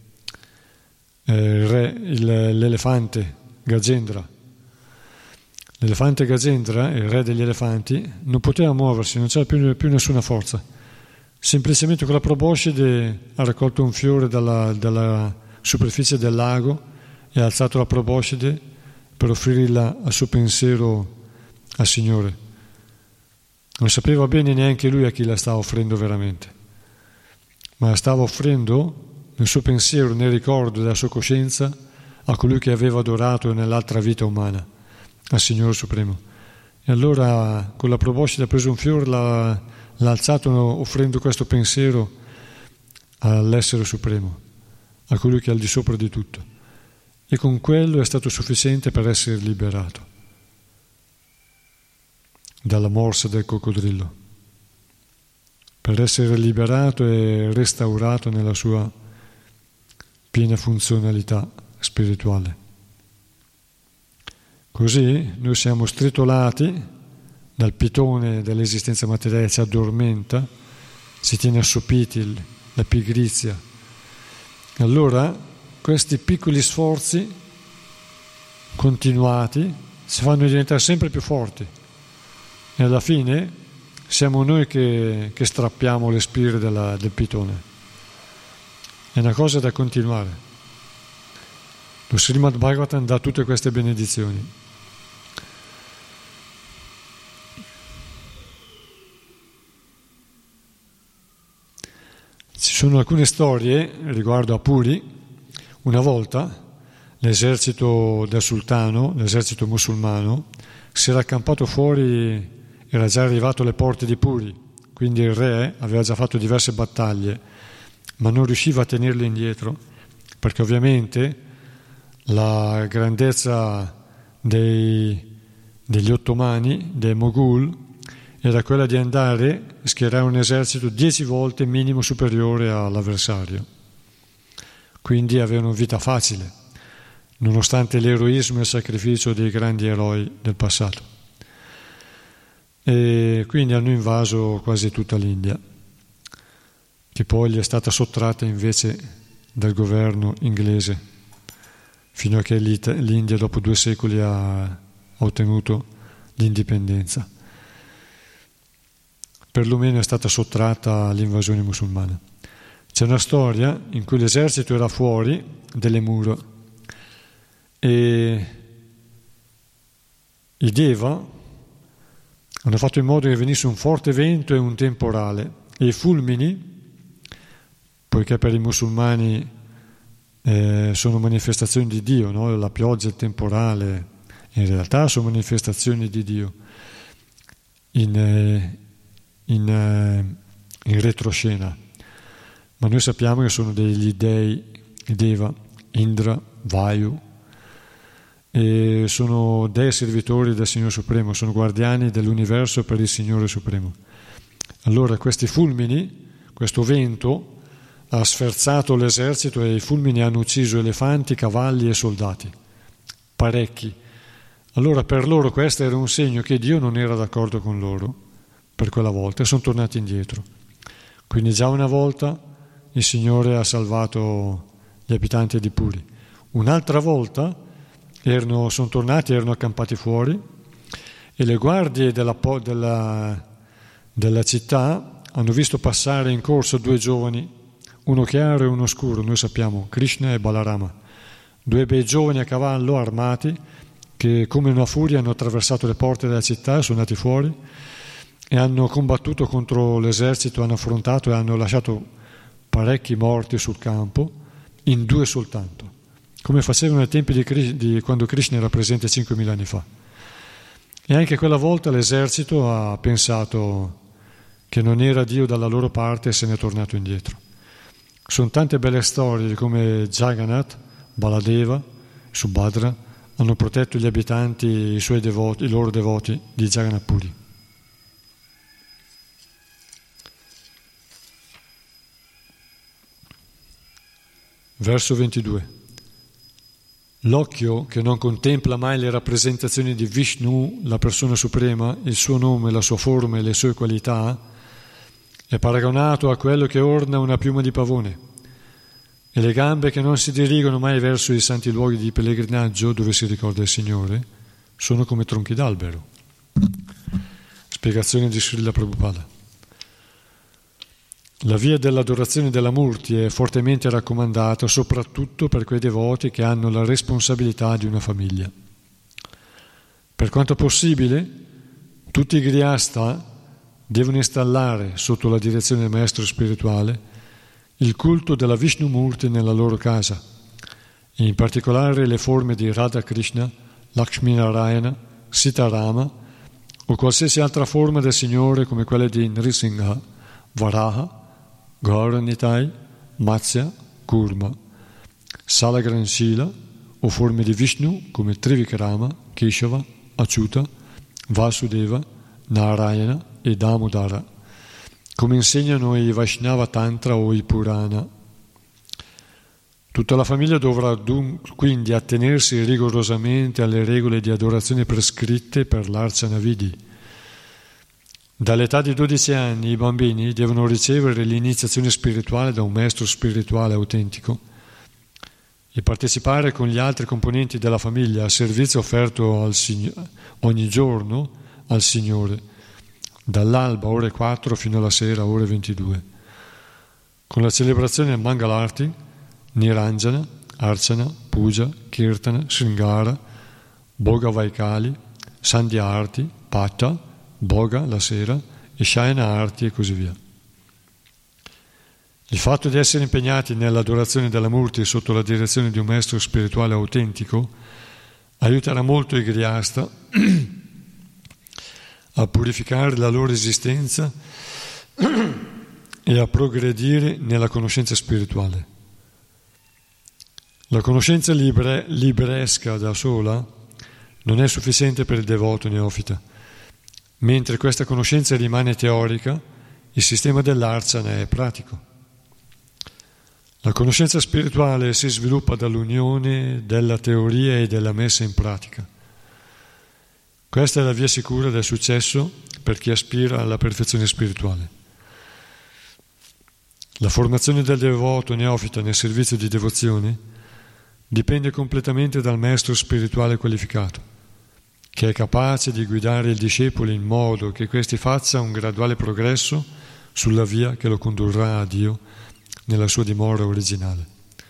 Speaker 1: l'elefante Gajendra. L'elefante Gajendra, il re degli elefanti, non poteva muoversi, non c'era più nessuna forza. Semplicemente con la proboscide ha raccolto un fiore dalla superficie del lago e ha alzato la proboscide per offrirla al suo pensiero al Signore. Non sapeva bene neanche lui a chi la stava offrendo veramente, ma la stava offrendo nel suo pensiero, nel ricordo della sua coscienza, a colui che aveva adorato nell'altra vita umana, al Signore Supremo. E allora con la proboscide ha preso un fiore, l'ha alzato offrendo questo pensiero all'essere supremo, a colui che è al di sopra di tutto, e con quello è stato sufficiente per essere liberato dalla morsa del coccodrillo, per essere liberato e restaurato nella sua piena funzionalità spirituale. Così noi siamo stritolati dal pitone dell'esistenza materiale, ci addormenta, ci tiene assopiti la pigrizia. Allora questi piccoli sforzi continuati ci fanno diventare sempre più forti e alla fine siamo noi che strappiamo le spire del pitone. È una cosa da continuare. Lo Srimad Bhagavatam dà tutte queste benedizioni. Ci sono alcune storie riguardo a Puri. Una volta l'esercito del sultano, l'esercito musulmano, si era accampato fuori, era già arrivato alle porte di Puri, quindi il re aveva già fatto diverse battaglie, ma non riusciva a tenerli indietro, perché ovviamente la grandezza degli ottomani, dei Moghul, era quella di andare a schierare un esercito 10 volte minimo superiore all'avversario. Quindi avevano vita facile, nonostante l'eroismo e il sacrificio dei grandi eroi del passato. E quindi hanno invaso quasi tutta l'India, che poi gli è stata sottratta invece dal governo inglese, fino a che l'India dopo 2 secoli ha ottenuto l'indipendenza. Perlomeno è stata sottratta all'invasione musulmana. C'è una storia in cui l'esercito era fuori delle mura e i Deva hanno fatto in modo che venisse un forte vento e un temporale, e i fulmini, poiché per i musulmani sono manifestazioni di Dio, no? La pioggia e il temporale in realtà sono manifestazioni di Dio in retroscena, ma noi sappiamo che sono degli dei Deva, Indra, Vayu, e sono dei servitori del Signore Supremo, sono guardiani dell'universo per il Signore Supremo. Allora questi fulmini, questo vento ha sferzato l'esercito e i fulmini hanno ucciso elefanti, cavalli e soldati, parecchi. Allora per loro questo era un segno che Dio non era d'accordo con loro per quella volta e sono tornati indietro. Quindi già una volta il Signore ha salvato gli abitanti di Puri. Un'altra volta sono tornati, erano accampati fuori e le guardie della città hanno visto passare in corso 2 giovani, uno chiaro e uno scuro, noi sappiamo, Krishna e Balarama, 2 bei giovani a cavallo armati che come una furia hanno attraversato le porte della città, sono andati fuori e hanno combattuto contro l'esercito, hanno affrontato e hanno lasciato parecchi morti sul campo, in 2 soltanto, come facevano ai tempi di quando Krishna era presente 5.000 anni fa. E anche quella volta l'esercito ha pensato che non era Dio dalla loro parte e se n'è tornato indietro. Sono tante belle storie di come Jagannath, Baladeva, Subhadra hanno protetto gli abitanti, i loro devoti di Jagannath Puri. Verso 22. L'occhio che non contempla mai le rappresentazioni di Vishnu, la persona suprema, il suo nome, la sua forma e le sue qualità, è paragonato a quello che orna una piuma di pavone, e le gambe che non si dirigono mai verso i santi luoghi di pellegrinaggio dove si ricorda il Signore sono come tronchi d'albero. Spiegazione di Srila Prabhupada. La via dell'adorazione della Murti è fortemente raccomandata soprattutto per quei devoti che hanno la responsabilità di una famiglia. Per quanto possibile, tutti i grihasta devono installare sotto la direzione del maestro spirituale il culto della Vishnu Murti nella loro casa, e in particolare le forme di Radha Krishna, Lakshmi Narayana, Sita Rama o qualsiasi altra forma del Signore come quelle di Nrisingha, Varaha, Gaura Nitai, Matsya, Kurma, Salagranshila o forme di Vishnu come Trivikrama, Keshava, Achyuta, Vasudeva, Narayana e Damodara, come insegnano i Vaishnava Tantra o i Purana. Tutta la famiglia dovrà quindi attenersi rigorosamente alle regole di adorazione prescritte per l'Archana Vidi. Dall'età di 12 anni i bambini devono ricevere l'iniziazione spirituale da un maestro spirituale autentico e partecipare con gli altri componenti della famiglia al servizio offerto ogni giorno al Signore, dall'alba ore 4 fino alla sera ore 22, con la celebrazione Mangalarti, Niranjana, Archana, Puja, Kirtana, Sringara, Bhoga Vaikali, Sandhya Arti, Pata, Bhoga la sera e Shayana Arti e così via. Il fatto di essere impegnati nell'adorazione della Murti sotto la direzione di un maestro spirituale autentico aiuterà molto i Grihasta a purificare la loro esistenza e a progredire nella conoscenza spirituale. La conoscenza libresca da sola non è sufficiente per il devoto neofita. Mentre questa conoscenza rimane teorica, il sistema dell'Archana è pratico. La conoscenza spirituale si sviluppa dall'unione della teoria e della messa in pratica. Questa è la via sicura del successo per chi aspira alla perfezione spirituale. La formazione del devoto neofita nel servizio di devozione dipende completamente dal maestro spirituale qualificato, che è capace di guidare il discepolo in modo che questi faccia un graduale progresso sulla via che lo condurrà a Dio nella sua dimora originale.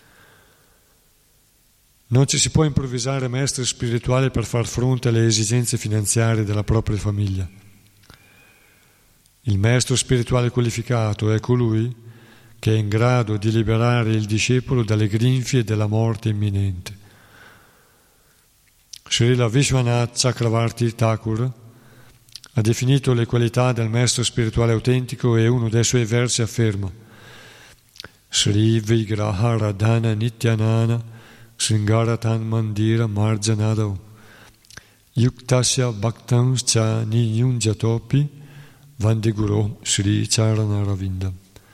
Speaker 1: Non ci si può improvvisare maestri spirituali per far fronte alle esigenze finanziarie della propria famiglia. Il maestro spirituale qualificato è colui che è in grado di liberare il discepolo dalle grinfie della morte imminente. Srila Vishwanath Chakravarti Thakur ha definito le qualità del maestro spirituale autentico e uno dei suoi versi afferma: Sri Vigraha Radhana Nityanana Sringaratan Mandira Marjanadau Yuktasya Bhaktanscha Niyunjatopi Vandiguru Sri Charana Ravinda.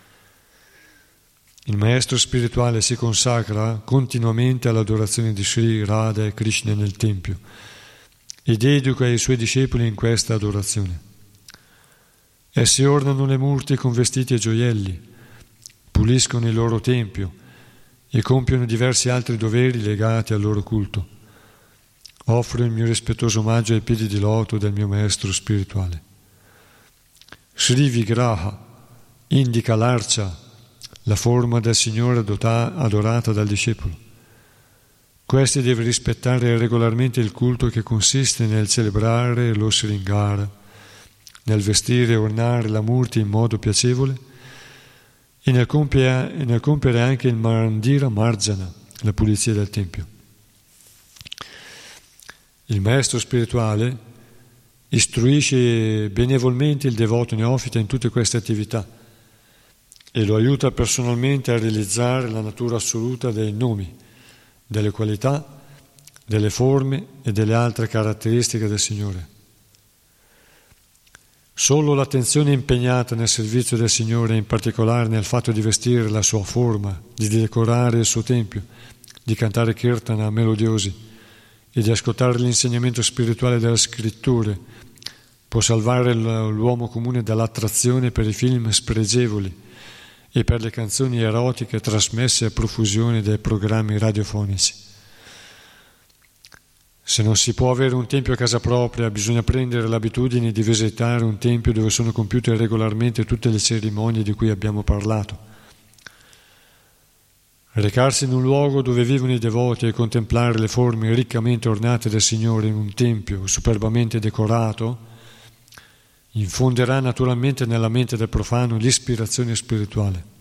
Speaker 1: Il maestro spirituale si consacra continuamente all'adorazione di Sri Radha e Krishna nel Tempio ed educa i suoi discepoli in questa adorazione. Essi ornano le murti con vestiti e gioielli, puliscono il loro tempio e compiono diversi altri doveri legati al loro culto. Offro il mio rispettoso omaggio ai piedi di loto del mio maestro spirituale. Sri Vigraha indica l'arcia, la forma del Signore adorata dal discepolo. Questi deve rispettare regolarmente il culto che consiste nel celebrare lo Sringara, nel vestire e ornare la murti in modo piacevole e nel compiere anche il Mandira Marjana, la pulizia del Tempio. Il maestro spirituale istruisce benevolmente il devoto neofita in tutte queste attività e lo aiuta personalmente a realizzare la natura assoluta dei nomi, delle qualità, delle forme e delle altre caratteristiche del Signore. Solo l'attenzione impegnata nel servizio del Signore, in particolare nel fatto di vestire la sua forma, di decorare il suo tempio, di cantare kirtana melodiosi e di ascoltare l'insegnamento spirituale delle scritture, può salvare l'uomo comune dall'attrazione per i film spregevoli e per le canzoni erotiche trasmesse a profusione dai programmi radiofonici. Se non si può avere un tempio a casa propria, bisogna prendere l'abitudine di visitare un tempio dove sono compiute regolarmente tutte le cerimonie di cui abbiamo parlato. Recarsi in un luogo dove vivono i devoti e contemplare le forme riccamente ornate del Signore in un tempio superbamente decorato infonderà naturalmente nella mente del profano l'ispirazione spirituale.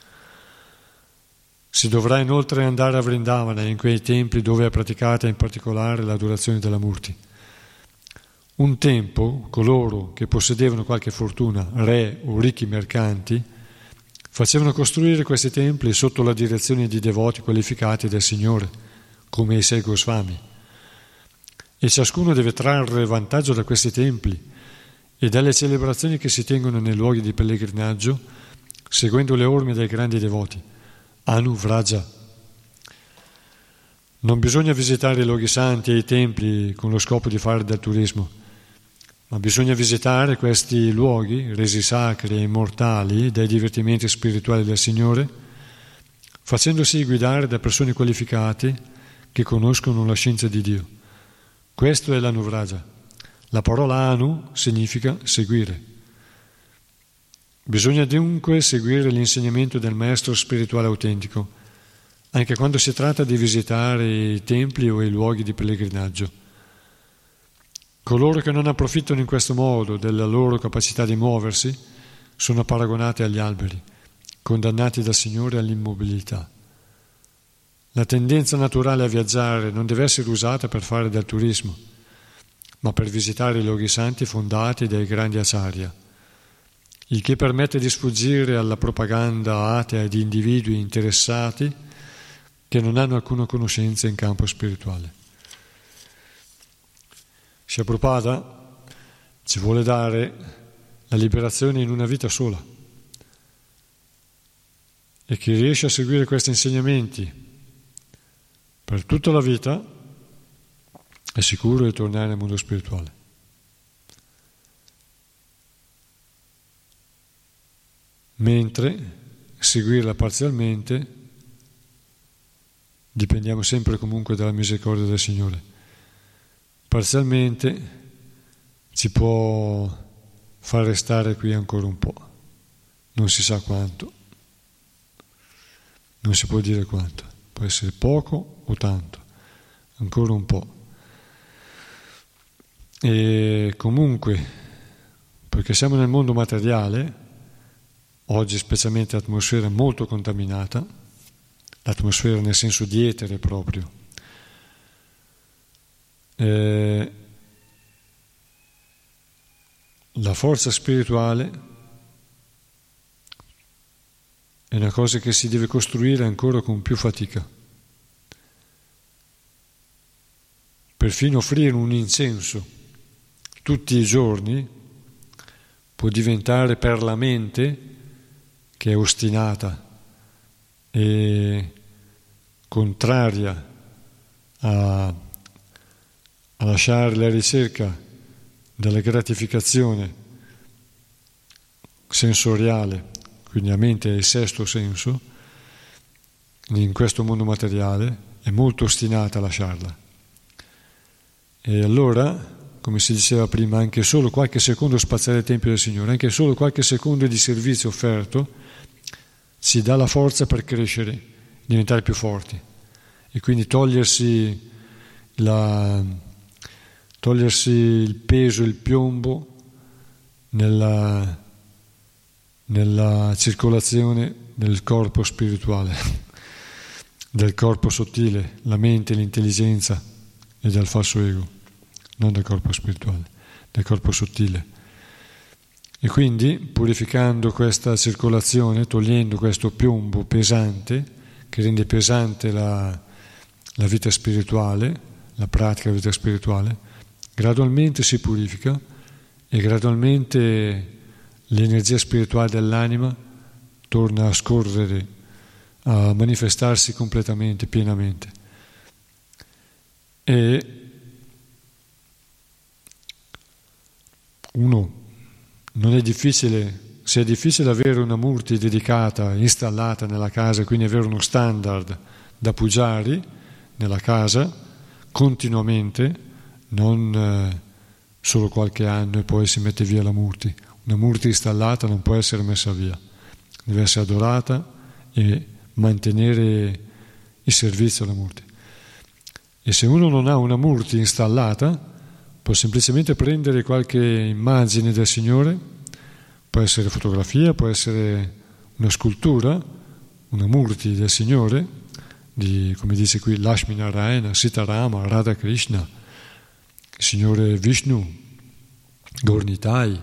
Speaker 1: Si dovrà inoltre andare a Vrindavana, in quei templi dove è praticata in particolare l'adorazione della Murti. Un tempo, coloro che possedevano qualche fortuna, re o ricchi mercanti, facevano costruire questi templi sotto la direzione di devoti qualificati del Signore, come i 6 Goswami. E ciascuno deve trarre vantaggio da questi templi e dalle celebrazioni che si tengono nei luoghi di pellegrinaggio, seguendo le orme dei grandi devoti. Anuvraja. Non bisogna visitare i luoghi santi e i templi con lo scopo di fare del turismo, ma bisogna visitare questi luoghi resi sacri e immortali dai divertimenti spirituali del Signore, facendosi guidare da persone qualificate che conoscono la scienza di Dio. Questo è l'Anuvraja. La parola Anu significa seguire. Bisogna dunque seguire l'insegnamento del maestro spirituale autentico, anche quando si tratta di visitare i templi o i luoghi di pellegrinaggio. Coloro che non approfittano in questo modo della loro capacità di muoversi sono paragonati agli alberi, condannati dal Signore all'immobilità. La tendenza naturale a viaggiare non deve essere usata per fare del turismo, ma per visitare i luoghi santi fondati dai grandi acharya, il che permette di sfuggire alla propaganda atea di individui interessati che non hanno alcuna conoscenza in campo spirituale. Shri Prabhupada ci vuole dare la liberazione in una vita sola, e chi riesce a seguire questi insegnamenti per tutta la vita è sicuro di tornare nel mondo spirituale. Mentre seguirla parzialmente dipendiamo sempre comunque dalla misericordia del Signore. Parzialmente ci può far restare qui ancora un po', non si sa quanto, non si può dire quanto, può essere poco o tanto, ancora un po'. E comunque, perché siamo nel mondo materiale, oggi specialmente l'atmosfera è molto contaminata, l'atmosfera nel senso di etere proprio. La forza spirituale è una cosa che si deve costruire ancora con più fatica. Perfino offrire un incenso tutti i giorni può diventare per la mente, che è ostinata e contraria a lasciare la ricerca della gratificazione sensoriale, quindi la mente è il sesto senso, in questo mondo materiale, è molto ostinata a lasciarla. E allora, come si diceva prima, anche solo qualche secondo spaziare il Tempio del Signore, anche solo qualche secondo di servizio offerto, ci dà la forza per crescere, diventare più forti. E quindi togliersi il peso, il piombo nella circolazione del corpo spirituale, del corpo sottile, la mente, l'intelligenza e del falso ego, non del corpo spirituale, del corpo sottile. E quindi, purificando questa circolazione, togliendo questo piombo pesante, che rende pesante la vita spirituale, la pratica della vita spirituale, gradualmente si purifica e gradualmente l'energia spirituale dell'anima torna a scorrere, a manifestarsi completamente, pienamente. E non è difficile, se è difficile avere una murti dedicata, installata nella casa, quindi avere uno standard da pujari nella casa continuamente, non solo qualche anno e poi si mette via la murti. Una murti installata non può essere messa via, deve essere adorata e mantenere il servizio alla murti. E se uno non ha una murti installata, può semplicemente prendere qualche immagine del Signore, può essere fotografia, può essere una scultura, una murti del Signore, di, come dice qui, Lakshmi Narayana, Sitarama, Radha Krishna, il Signore Vishnu, Gornitai,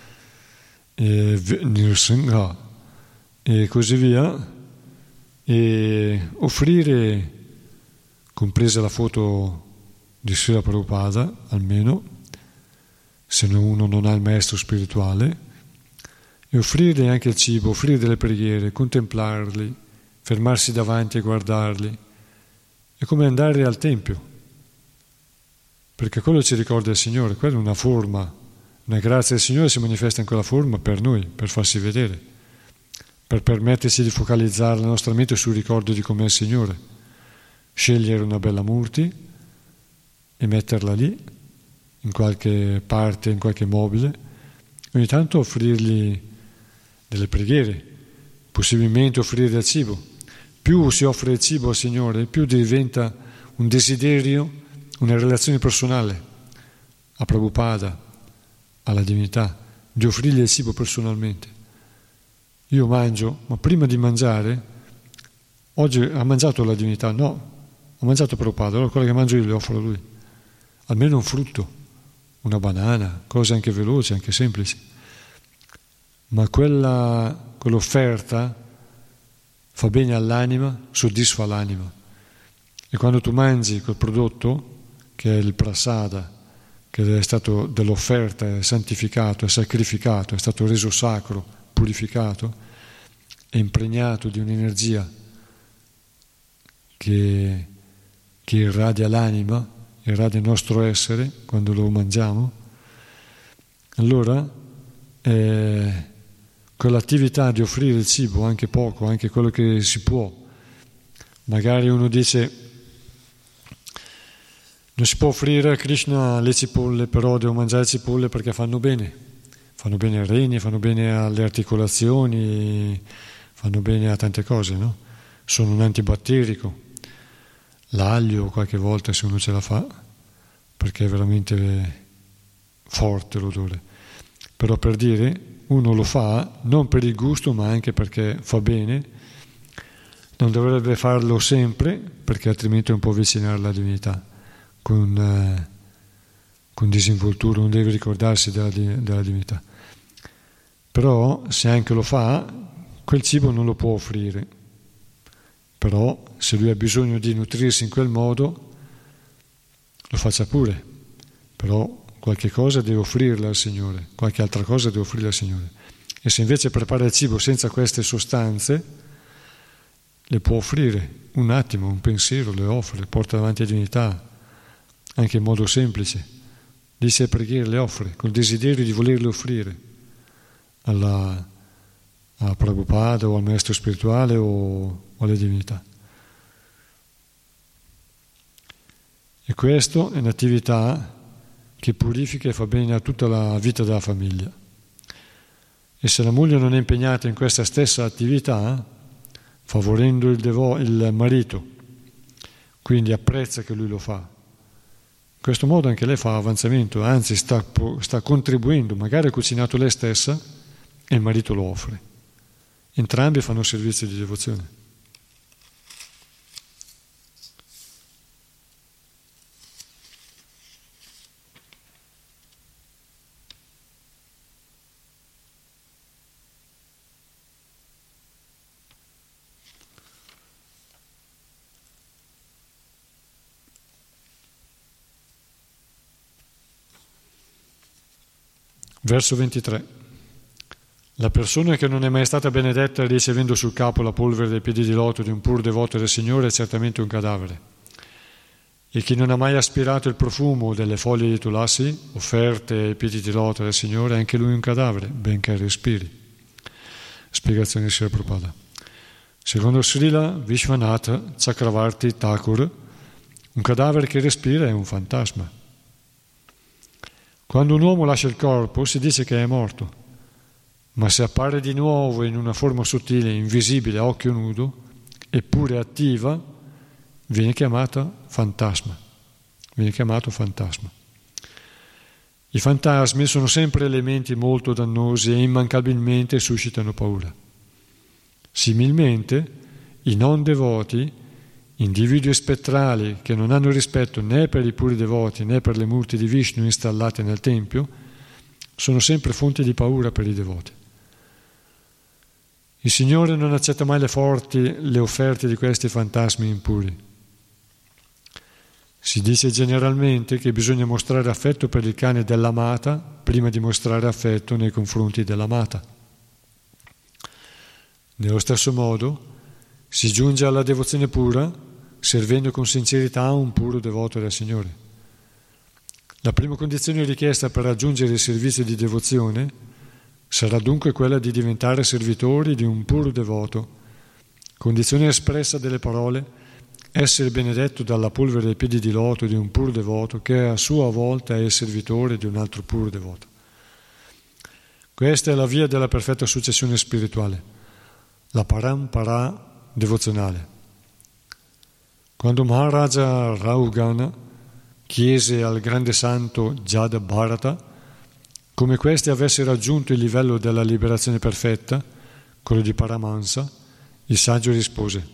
Speaker 1: Nirsingha e così via, e offrire, compresa la foto di Srila Prabhupada, almeno, se uno non ha il maestro spirituale, e offrire anche il cibo, offrire delle preghiere, contemplarli, fermarsi davanti e guardarli. È come andare al Tempio, perché quello ci ricorda il Signore, quella è una forma, una grazia del Signore si manifesta in quella forma per noi, per farsi vedere, per permetterci di focalizzare la nostra mente sul ricordo di com'è il Signore, scegliere una bella murti e metterla lì, in qualche parte, in qualche mobile, ogni tanto offrirgli delle preghiere, possibilmente offrire del cibo. Più si offre il cibo al Signore, più diventa un desiderio, una relazione personale a Prabhupada, alla divinità, di offrirgli il cibo personalmente. io mangio, ma prima di mangiare, oggi ha mangiato la divinità? No, ha mangiato Prabhupada, allora quello che mangio io le offro a lui. Almeno un frutto, una banana, cose anche veloci, anche semplici. Ma quell'offerta fa bene all'anima, soddisfa l'anima. E quando tu mangi quel prodotto, che è il prasada, che è stato dell'offerta, è santificato, è sacrificato, è stato reso sacro, purificato, è impregnato di un'energia che irradia l'anima, irradia il nostro essere quando lo mangiamo, allora quell'attività di offrire il cibo, anche poco, anche quello che si può, magari uno dice non si può offrire a Krishna le cipolle, però devo mangiare cipolle perché fanno bene ai reni, fanno bene alle articolazioni, fanno bene a tante cose, no? Sono un antibatterico. L'aglio qualche volta se uno ce la fa, perché è veramente forte l'odore. Però per dire, uno lo fa non per il gusto, ma anche perché fa bene. Non dovrebbe farlo sempre, perché altrimenti non può avvicinare alla divinità. Con disinvoltura, non deve ricordarsi della divinità. Però se anche lo fa, quel cibo non lo può offrire. Però se lui ha bisogno di nutrirsi in quel modo, lo faccia pure. Però qualche cosa deve offrirla al Signore, qualche altra cosa deve offrirla al Signore. E se invece prepara il cibo senza queste sostanze, le può offrire un attimo, un pensiero, le offre, le porta davanti a divinità, anche in modo semplice. Dice preghiere, le offre, col desiderio di volerle offrire a Prabhupada o al maestro spirituale o alle divinità. E questo è un'attività che purifica e fa bene a tutta la vita della famiglia. E se la moglie non è impegnata in questa stessa attività, favorendo il marito, quindi apprezza che lui lo fa, in questo modo anche lei fa avanzamento, anzi sta contribuendo, magari ha cucinato lei stessa e il marito lo offre. Entrambi fanno servizio di devozione. Verso 23. La persona che non è mai stata benedetta ricevendo sul capo la polvere dei piedi di loto di un pur devoto del Signore è certamente un cadavere. E chi non ha mai aspirato il profumo delle foglie di tulasi offerte ai piedi di loto del Signore è anche lui un cadavere, benché respiri. Spiegazione di Srila Prabhupada. Secondo Srila Vishwanatha Chakravarti Thakur, un cadavere che respira è un fantasma. Quando un uomo lascia il corpo si dice che è morto, ma se appare di nuovo in una forma sottile, invisibile a occhio nudo, eppure attiva, viene chiamato fantasma. I fantasmi sono sempre elementi molto dannosi e immancabilmente suscitano paura. Similmente, i non devoti, individui spettrali che non hanno rispetto né per i puri devoti né per le murti di Vishnu installate nel Tempio, sono sempre fonte di paura per i devoti. Il Signore non accetta mai le offerte di questi fantasmi impuri. Si dice generalmente che bisogna mostrare affetto per il cane dell'amata prima di mostrare affetto nei confronti dell'amata. Nello stesso modo, si giunge alla devozione pura servendo con sincerità un puro devoto del Signore. La prima condizione richiesta per raggiungere il servizio di devozione sarà dunque quella di diventare servitori di un puro devoto, condizione espressa delle parole essere benedetto dalla polvere dei piedi di loto di un puro devoto che a sua volta è il servitore di un altro puro devoto. Questa è la via della perfetta successione spirituale, la parampara devozionale. Quando Maharaja Raugana chiese al grande santo Jada Bharata come questi avesse raggiunto il livello della liberazione perfetta, quello di Paramahansa, il saggio rispose: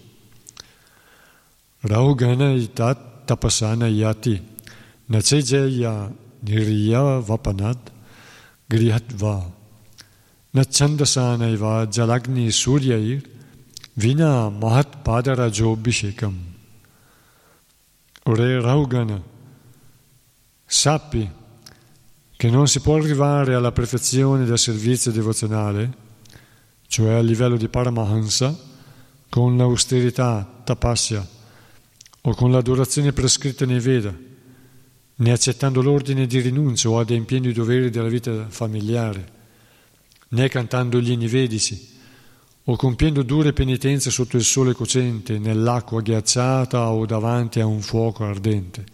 Speaker 1: Rahugana itat tapasana yati nacejeya niriya vapanad grihatva nachandasana jalagni suryair vina mahat padarajobhishekam. O re Rahugana, sappi che non si può arrivare alla perfezione del servizio devozionale, cioè al livello di Paramahansa, con l'austerità, tapasya, o con l'adorazione prescritta nei Veda, né accettando l'ordine di rinuncia o adempiendo i doveri della vita familiare, né cantando gli inni vedici, o compiendo dure penitenze sotto il sole cocente, nell'acqua ghiacciata o davanti a un fuoco ardente.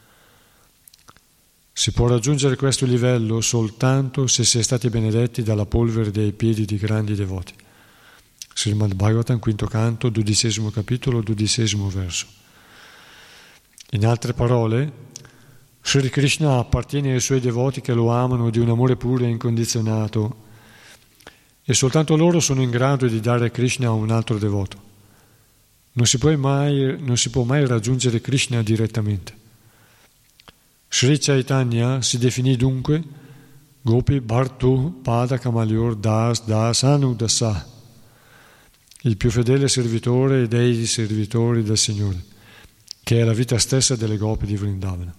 Speaker 1: Si può raggiungere questo livello soltanto se si è stati benedetti dalla polvere dei piedi di grandi devoti. Srimad Bhagavatam, quinto canto, 12° capitolo, 12° verso. In altre parole, Sri Krishna appartiene ai suoi devoti che lo amano di un amore puro e incondizionato, e soltanto loro sono in grado di dare Krishna a un altro devoto. Non si può mai raggiungere Krishna direttamente. Sri Chaitanya si definì dunque Gopi Bhartu Pada Kamaliur Das Das Anudasa, il più fedele servitore dei servitori del Signore, che è la vita stessa delle Gopi di Vrindavana.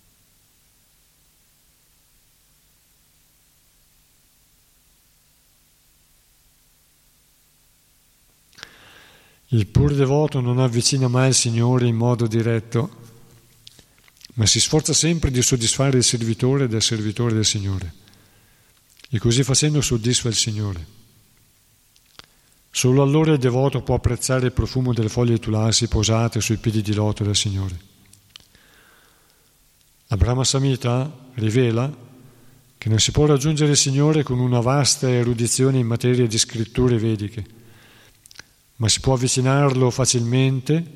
Speaker 1: Il pur devoto non avvicina mai il Signore in modo diretto, ma si sforza sempre di soddisfare il servitore del Signore, e così facendo soddisfa il Signore. Solo allora il devoto può apprezzare il profumo delle foglie tulasi posate sui piedi di loto del Signore. La Brahma Samhita rivela che non si può raggiungere il Signore con una vasta erudizione in materia di scritture vediche, ma si può avvicinarlo facilmente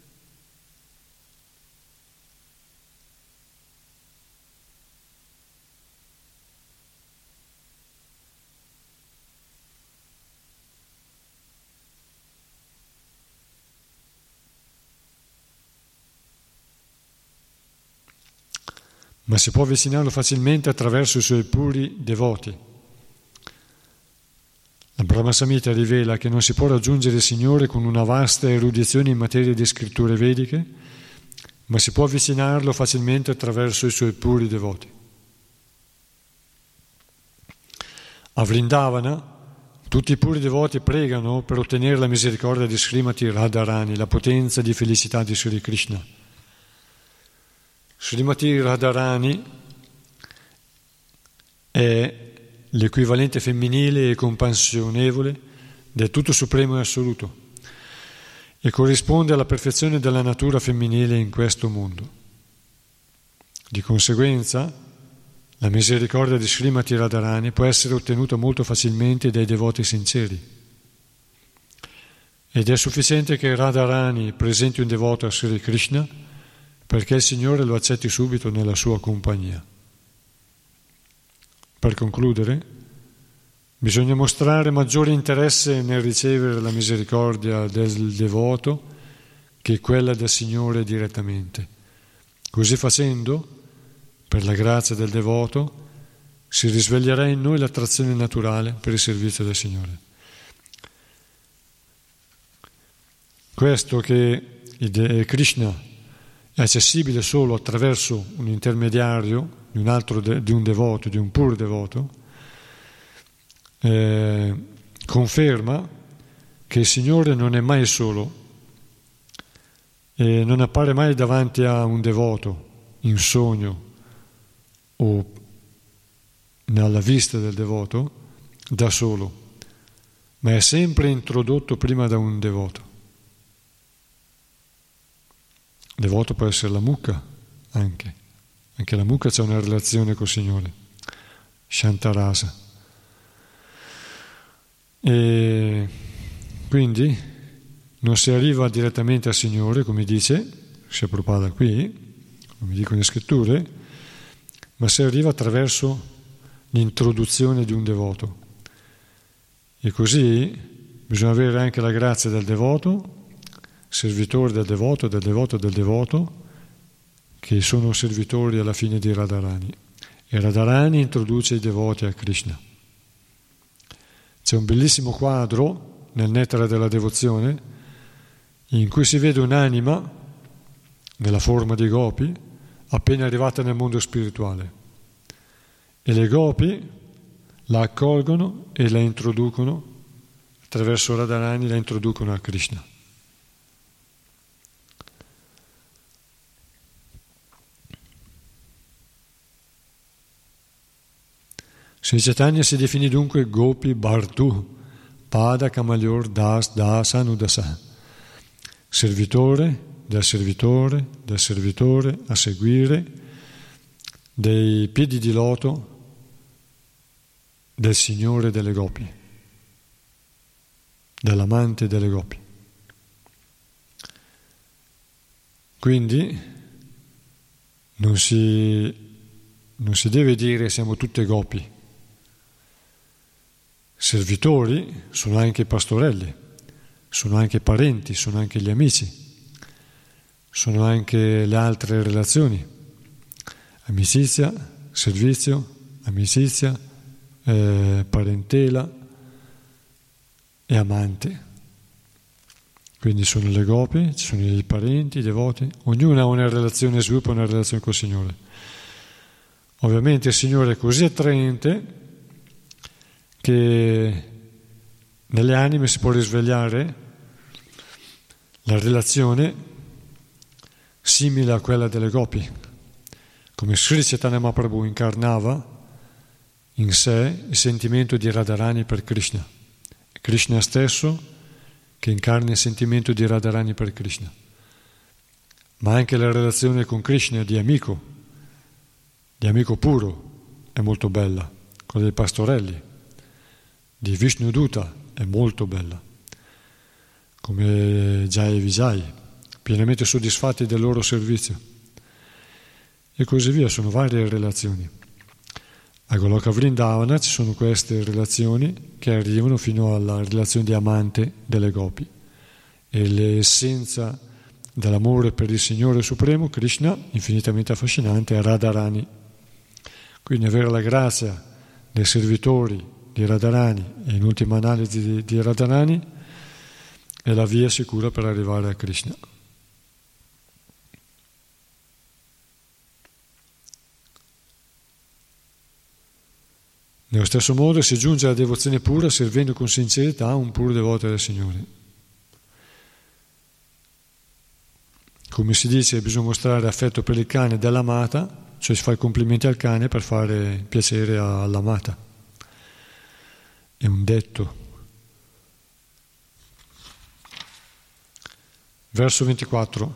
Speaker 1: attraverso i suoi puri devoti. La Brahma Samhita rivela che non si può raggiungere il Signore con una vasta erudizione in materia di scritture vediche, ma si può avvicinarlo facilmente attraverso i suoi puri devoti. A Vrindavana tutti i puri devoti pregano per ottenere la misericordia di Srimati Radharani, la potenza di felicità di Sri Krishna. Srimati Radharani è l'equivalente femminile e compassionevole del tutto supremo e assoluto e corrisponde alla perfezione della natura femminile in questo mondo. Di conseguenza, la misericordia di Srimati Radharani può essere ottenuta molto facilmente dai devoti sinceri. Ed è sufficiente che Radharani presenti un devoto a Sri Krishna perché il Signore lo accetti subito nella sua compagnia. Per concludere, bisogna mostrare maggiore interesse nel ricevere la misericordia del devoto che quella del Signore direttamente. Così facendo, per la grazia del devoto, si risveglierà in noi l'attrazione naturale per il servizio del Signore. Questo che Krishna è accessibile solo attraverso un intermediario di un devoto, di un pur devoto, conferma che il Signore non è mai solo e non appare mai davanti a un devoto in sogno o nella vista del devoto da solo, ma è sempre introdotto prima da un devoto. Devoto può essere la mucca anche la mucca c'è una relazione col Signore, Shantarasa. E quindi non si arriva direttamente al Signore, come dice Srila Prabhupada qui, come dicono le scritture, ma si arriva attraverso l'introduzione di un devoto. E così bisogna avere anche la grazia del devoto, servitore del devoto, del devoto, del devoto, che sono servitori alla fine di Radharani. E Radharani introduce i devoti a Krishna. C'è un bellissimo quadro nel Nettare della Devozione in cui si vede un'anima nella forma di gopi appena arrivata nel mondo spirituale e le gopi la accolgono e la introducono attraverso Radharani, la introducono a Krishna. Sri Chaitanya si definì dunque Gopi Bhartu, Pada Kamalior Das Das Anudasa, servitore del servitore, del servitore a seguire dei piedi di loto del Signore delle Gopi, dell'amante delle Gopi. Quindi non si deve dire siamo tutte Gopi. Servitori sono anche i pastorelli, sono anche i parenti, sono anche gli amici, sono anche le altre relazioni, amicizia, servizio, amicizia, parentela e amante. Quindi sono le gopi, ci sono i parenti, i devoti, ognuno ha una relazione, sviluppa una relazione col Signore. Ovviamente il Signore è così attraente che nelle anime si può risvegliare la relazione simile a quella delle gopi, come Sri Chaitanya Mahaprabhu incarnava in sé il sentimento di Radharani per Krishna, Krishna stesso che incarna il sentimento di Radharani per Krishna, ma anche la relazione con Krishna di amico puro è molto bella, quella dei pastorelli, di Vishnuduta è molto bella, come Jai e Vijay, pienamente soddisfatti del loro servizio. E così via, sono varie relazioni. A Goloka Vrindavana ci sono queste relazioni che arrivano fino alla relazione di amante delle gopi. E l'essenza dell'amore per il Signore Supremo, Krishna, infinitamente affascinante, è Radharani. Quindi avere la grazia dei servitori di Radharani e in ultima analisi di Radharani è la via sicura per arrivare a Krishna. Nello stesso modo si giunge alla devozione pura servendo con sincerità un puro devoto del Signore. Come si dice, bisogna mostrare affetto per il cane dell'amata, cioè si fa i complimenti al cane per fare piacere all'amata. È un detto. Verso 24.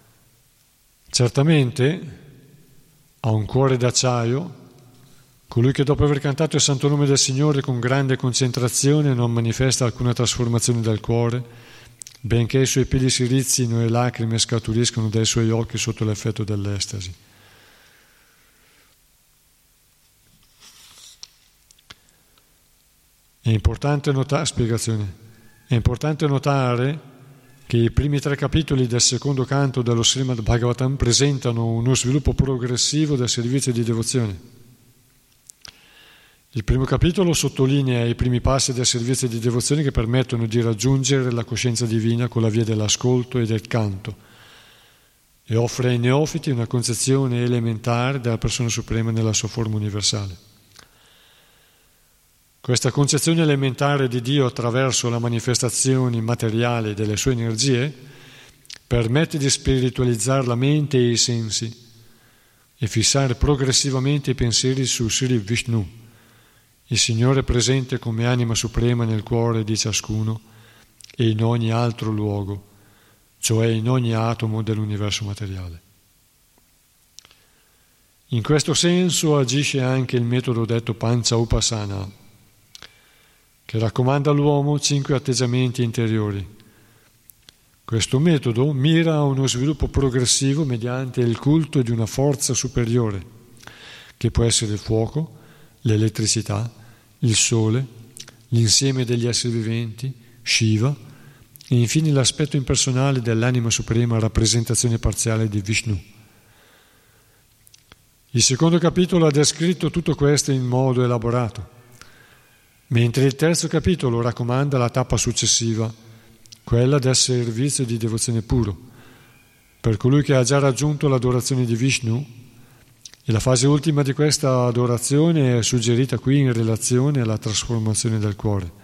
Speaker 1: Certamente ha un cuore d'acciaio colui che dopo aver cantato il santo nome del Signore con grande concentrazione non manifesta alcuna trasformazione del cuore, benché i suoi peli si rizzino e lacrime scaturiscono dai suoi occhi sotto l'effetto dell'estasi. È importante notare che i primi 3 capitoli del secondo canto dello Srimad Bhagavatam presentano uno sviluppo progressivo del servizio di devozione. Il primo capitolo sottolinea i primi passi del servizio di devozione che permettono di raggiungere la coscienza divina con la via dell'ascolto e del canto e offre ai neofiti una concezione elementare della persona suprema nella sua forma universale. Questa concezione elementare di Dio attraverso la manifestazione materiale delle sue energie permette di spiritualizzare la mente e i sensi e fissare progressivamente i pensieri su Sri Vishnu, il Signore presente come anima suprema nel cuore di ciascuno e in ogni altro luogo, cioè in ogni atomo dell'universo materiale. In questo senso agisce anche il metodo detto Pancha Upasana, che raccomanda all'uomo 5 atteggiamenti interiori. Questo metodo mira a uno sviluppo progressivo mediante il culto di una forza superiore, che può essere il fuoco, l'elettricità, il sole, l'insieme degli esseri viventi, Shiva, e infine l'aspetto impersonale dell'anima suprema, rappresentazione parziale di Vishnu. Il secondo capitolo ha descritto tutto questo in modo elaborato, mentre il terzo capitolo raccomanda la tappa successiva, quella del servizio di devozione puro, per colui che ha già raggiunto l'adorazione di Vishnu, e la fase ultima di questa adorazione è suggerita qui in relazione alla trasformazione del cuore.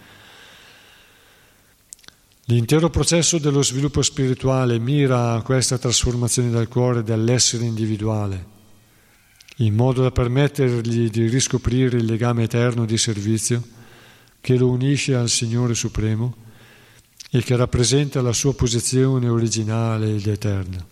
Speaker 1: L'intero processo dello sviluppo spirituale mira a questa trasformazione del cuore dell'essere individuale, in modo da permettergli di riscoprire il legame eterno di servizio che lo unisce al Signore Supremo e che rappresenta la sua posizione originale ed eterna.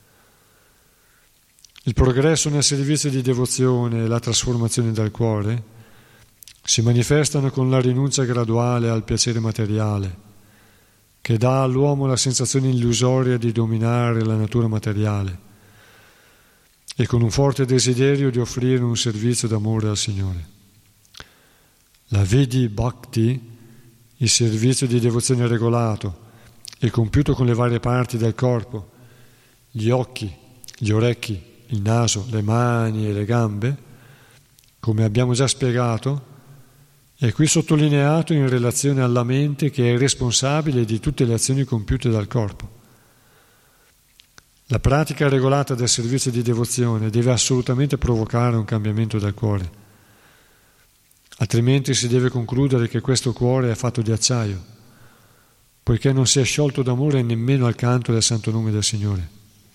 Speaker 1: Il progresso nel servizio di devozione e la trasformazione del cuore si manifestano con la rinuncia graduale al piacere materiale, che dà all'uomo la sensazione illusoria di dominare la natura materiale, e con un forte desiderio di offrire un servizio d'amore al Signore. La Vidi Bhakti, il servizio di devozione regolato e compiuto con le varie parti del corpo, gli occhi, gli orecchi, il naso, le mani e le gambe, come abbiamo già spiegato, è qui sottolineato in relazione alla mente che è responsabile di tutte le azioni compiute dal corpo. La pratica regolata del servizio di devozione deve assolutamente provocare un cambiamento del cuore, altrimenti si deve concludere che questo cuore è fatto di acciaio, poiché non si è sciolto d'amore nemmeno al canto del santo nome del Signore.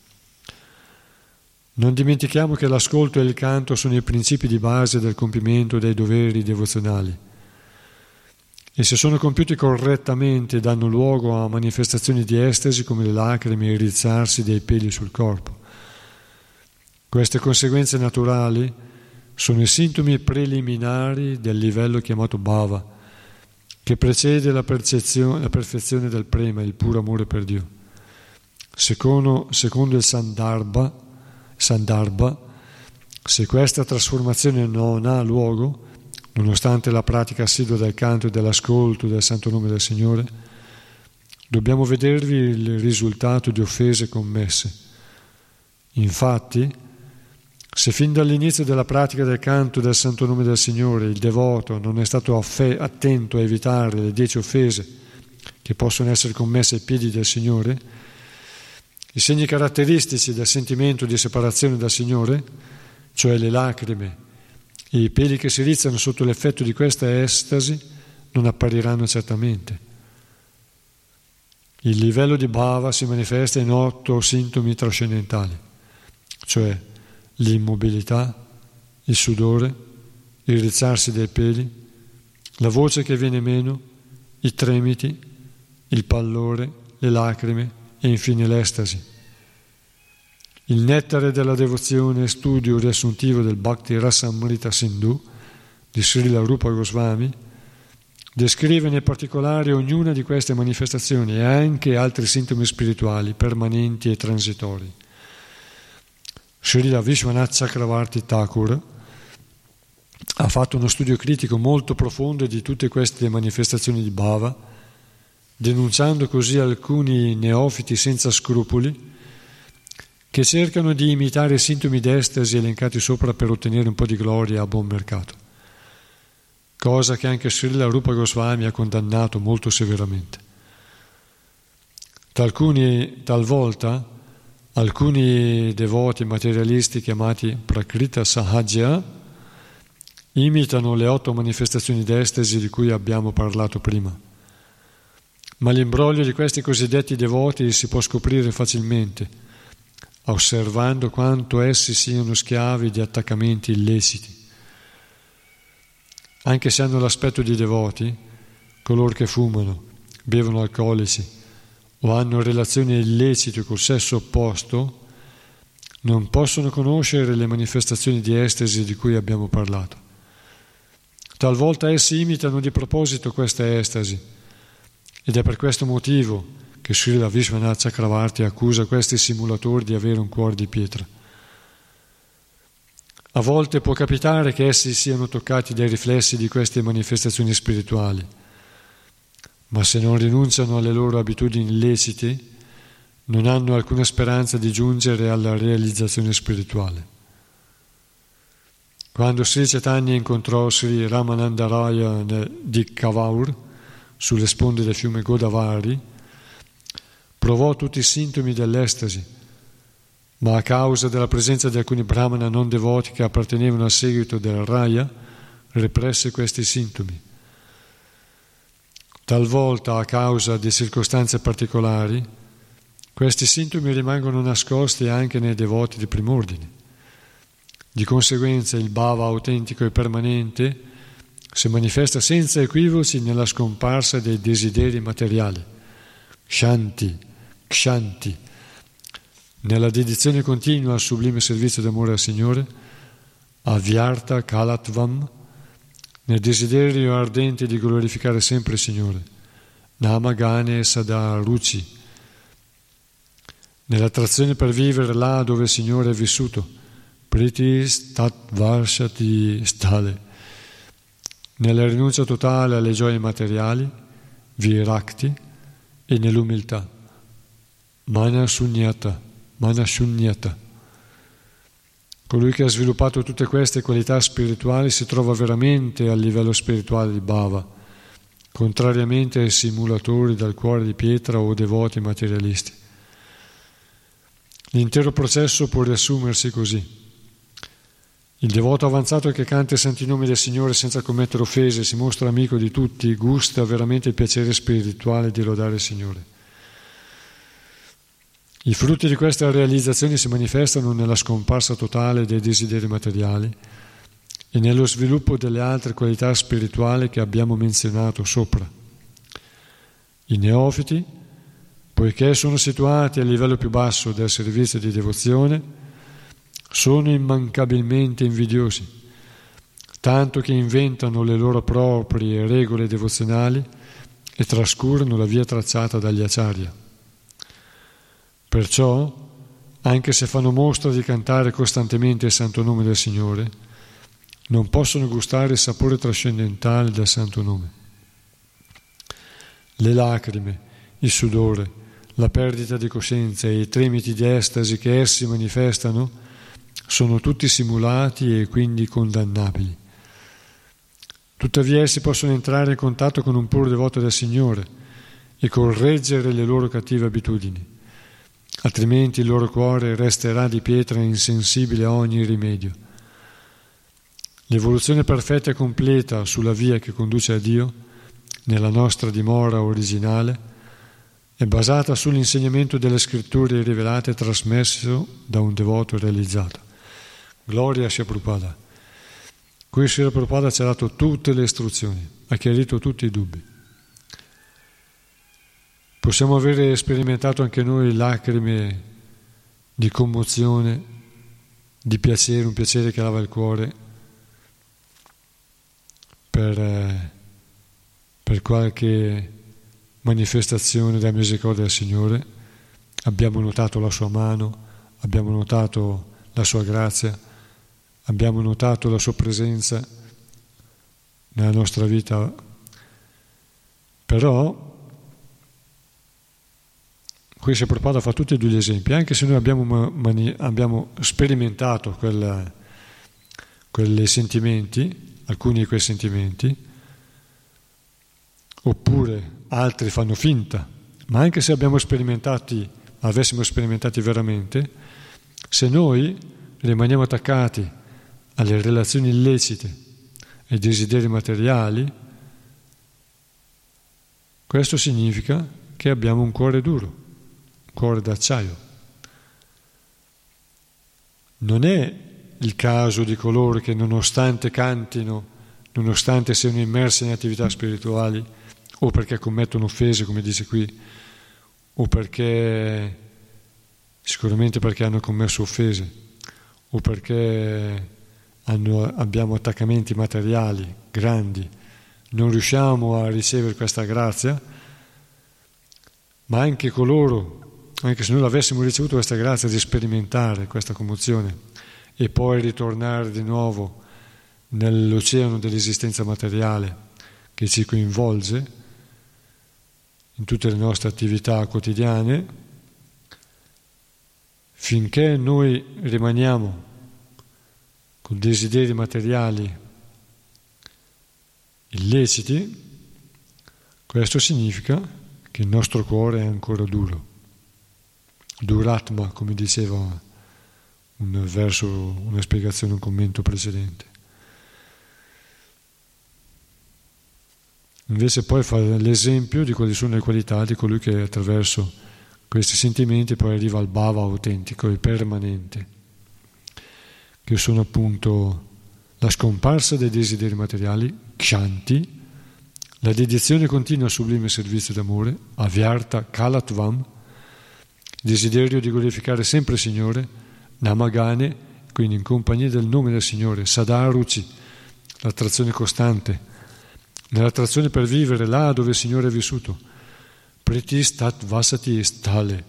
Speaker 1: Non dimentichiamo che l'ascolto e il canto sono i principi di base del compimento dei doveri devozionali, e se sono compiuti correttamente danno luogo a manifestazioni di estasi come le lacrime e il rizzarsi dei peli sul corpo. Queste conseguenze naturali sono i sintomi preliminari del livello chiamato bhava, che precede la perfezione del prema, il puro amore per Dio. Secondo il Sandarbha, se questa trasformazione non ha luogo, nonostante la pratica assidua del canto e dell'ascolto del santo nome del Signore, dobbiamo vedervi il risultato di offese commesse. Infatti, se fin dall'inizio della pratica del canto del santo nome del Signore il devoto non è stato attento a evitare le 10 offese che possono essere commesse ai piedi del Signore, i segni caratteristici del sentimento di separazione dal Signore, cioè le lacrime e i peli che si rizzano sotto l'effetto di questa estasi, non appariranno certamente. Il livello di bhava si manifesta in 8 sintomi trascendentali, cioè l'immobilità, il sudore, il rizzarsi dei peli, la voce che viene meno, i tremiti, il pallore, le lacrime e infine l'estasi. Il nettare della devozione, studio riassuntivo del Bhakti Rasamrita Sindhu di Srila Rupa Goswami, descrive nei particolari ognuna di queste manifestazioni e anche altri sintomi spirituali permanenti e transitori. Srila Vishwanath Chakravarti Thakur ha fatto uno studio critico molto profondo di tutte queste manifestazioni di bhava, denunciando così alcuni neofiti senza scrupoli che cercano di imitare i sintomi d'estasi elencati sopra per ottenere un po' di gloria a buon mercato, cosa che anche Srila Rupa Goswami ha condannato molto severamente. Talvolta alcuni devoti materialisti chiamati Prakrita Sahaja imitano le 8 manifestazioni d'estasi di cui abbiamo parlato prima, ma l'imbroglio di questi cosiddetti devoti si può scoprire facilmente osservando quanto essi siano schiavi di attaccamenti illeciti. Anche se hanno l'aspetto di devoti, coloro che fumano, bevono alcolici o hanno relazioni illecite col sesso opposto, non possono conoscere le manifestazioni di estasi di cui abbiamo parlato. Talvolta essi imitano di proposito questa estasi, ed è per questo motivo che Srila Vishwanath Chakravarti accusa questi simulatori di avere un cuore di pietra. A volte può capitare che essi siano toccati dai riflessi di queste manifestazioni spirituali, ma se non rinunciano alle loro abitudini illecite, non hanno alcuna speranza di giungere alla realizzazione spirituale. Quando Sri Chaitanya incontrò Sri Ramananda Raya di Kavaur, sulle sponde del fiume Godavari, provò tutti i sintomi dell'estasi, ma a causa della presenza di alcuni brahmana non devoti che appartenevano al seguito del Raya, represse questi sintomi. Talvolta, a causa di circostanze particolari, questi sintomi rimangono nascosti anche nei devoti di prim'ordine. Di conseguenza il bhava autentico e permanente si manifesta senza equivoci nella scomparsa dei desideri materiali, kshanti, nella dedizione continua al sublime servizio d'amore al Signore, avyarta kalatvam, nel desiderio ardente di glorificare sempre il Signore, namagane sada ruci, nell'attrazione per vivere là dove il Signore è vissuto, priti stat varshati stale, nella rinuncia totale alle gioie materiali, virakti, e nell'umiltà, mana shunyata. Colui che ha sviluppato tutte queste qualità spirituali si trova veramente al livello spirituale di bhava, contrariamente ai simulatori dal cuore di pietra o devoti materialisti. L'intero processo può riassumersi così. Il devoto avanzato che canta i santi nomi del Signore senza commettere offese, si mostra amico di tutti, gusta veramente il piacere spirituale di lodare il Signore. I frutti di queste realizzazioni si manifestano nella scomparsa totale dei desideri materiali e nello sviluppo delle altre qualità spirituali che abbiamo menzionato sopra. I neofiti, poiché sono situati a livello più basso del servizio di devozione, sono immancabilmente invidiosi, tanto che inventano le loro proprie regole devozionali e trascurano la via tracciata dagli acharya. Perciò, anche se fanno mostra di cantare costantemente il santo nome del Signore, non possono gustare il sapore trascendentale del santo nome. Le lacrime, il sudore, la perdita di coscienza e i tremiti di estasi che essi manifestano sono tutti simulati e quindi condannabili. Tuttavia essi possono entrare in contatto con un puro devoto del Signore e correggere le loro cattive abitudini, altrimenti il loro cuore resterà di pietra insensibile a ogni rimedio. L'evoluzione perfetta e completa sulla via che conduce a Dio, nella nostra dimora originale, è basata sull'insegnamento delle scritture rivelate trasmesso da un devoto realizzato. Gloria a Srila Prabhupada. Qui Srila Prabhupada ci ha dato tutte le istruzioni, ha chiarito tutti i dubbi. Possiamo avere sperimentato anche noi lacrime di commozione, di piacere, un piacere che lava il cuore per qualche manifestazione della misericordia del Signore. Abbiamo notato la sua mano, abbiamo notato la sua grazia, abbiamo notato la sua presenza nella nostra vita. Però qui Srila Prabhupada fa tutti e due gli esempi, anche se noi abbiamo sperimentato quei sentimenti, alcuni di quei sentimenti, oppure altri fanno finta, ma anche se avessimo sperimentati veramente, se noi rimaniamo attaccati alle relazioni illecite, ai desideri materiali, questo significa che abbiamo un cuore duro, un cuore d'acciaio. Non è il caso di coloro che nonostante cantino, nonostante siano immersi in attività spirituali, o perché commettono offese, come dice qui, o sicuramente perché hanno commesso offese, o perché abbiamo attaccamenti materiali grandi, non riusciamo a ricevere questa grazia, ma anche coloro, anche se noi avessimo ricevuto questa grazia di sperimentare questa commozione e poi ritornare di nuovo nell'oceano dell'esistenza materiale che ci coinvolge, in tutte le nostre attività quotidiane, finché noi rimaniamo con desideri materiali illeciti, questo significa che il nostro cuore è ancora duro. Duratma, come diceva un verso, una spiegazione, un commento precedente. Invece poi fa l'esempio di quali sono le qualità di colui che attraverso questi sentimenti poi arriva al bhava autentico e permanente, che sono appunto la scomparsa dei desideri materiali, kshanti, la dedizione continua al sublime servizio d'amore, avyarta kalatvam, desiderio di glorificare sempre il Signore, namagane, quindi in compagnia del nome del Signore, sadaruci, l'attrazione costante, nell'attrazione per vivere là dove il Signore è vissuto, priti stat vasati stale.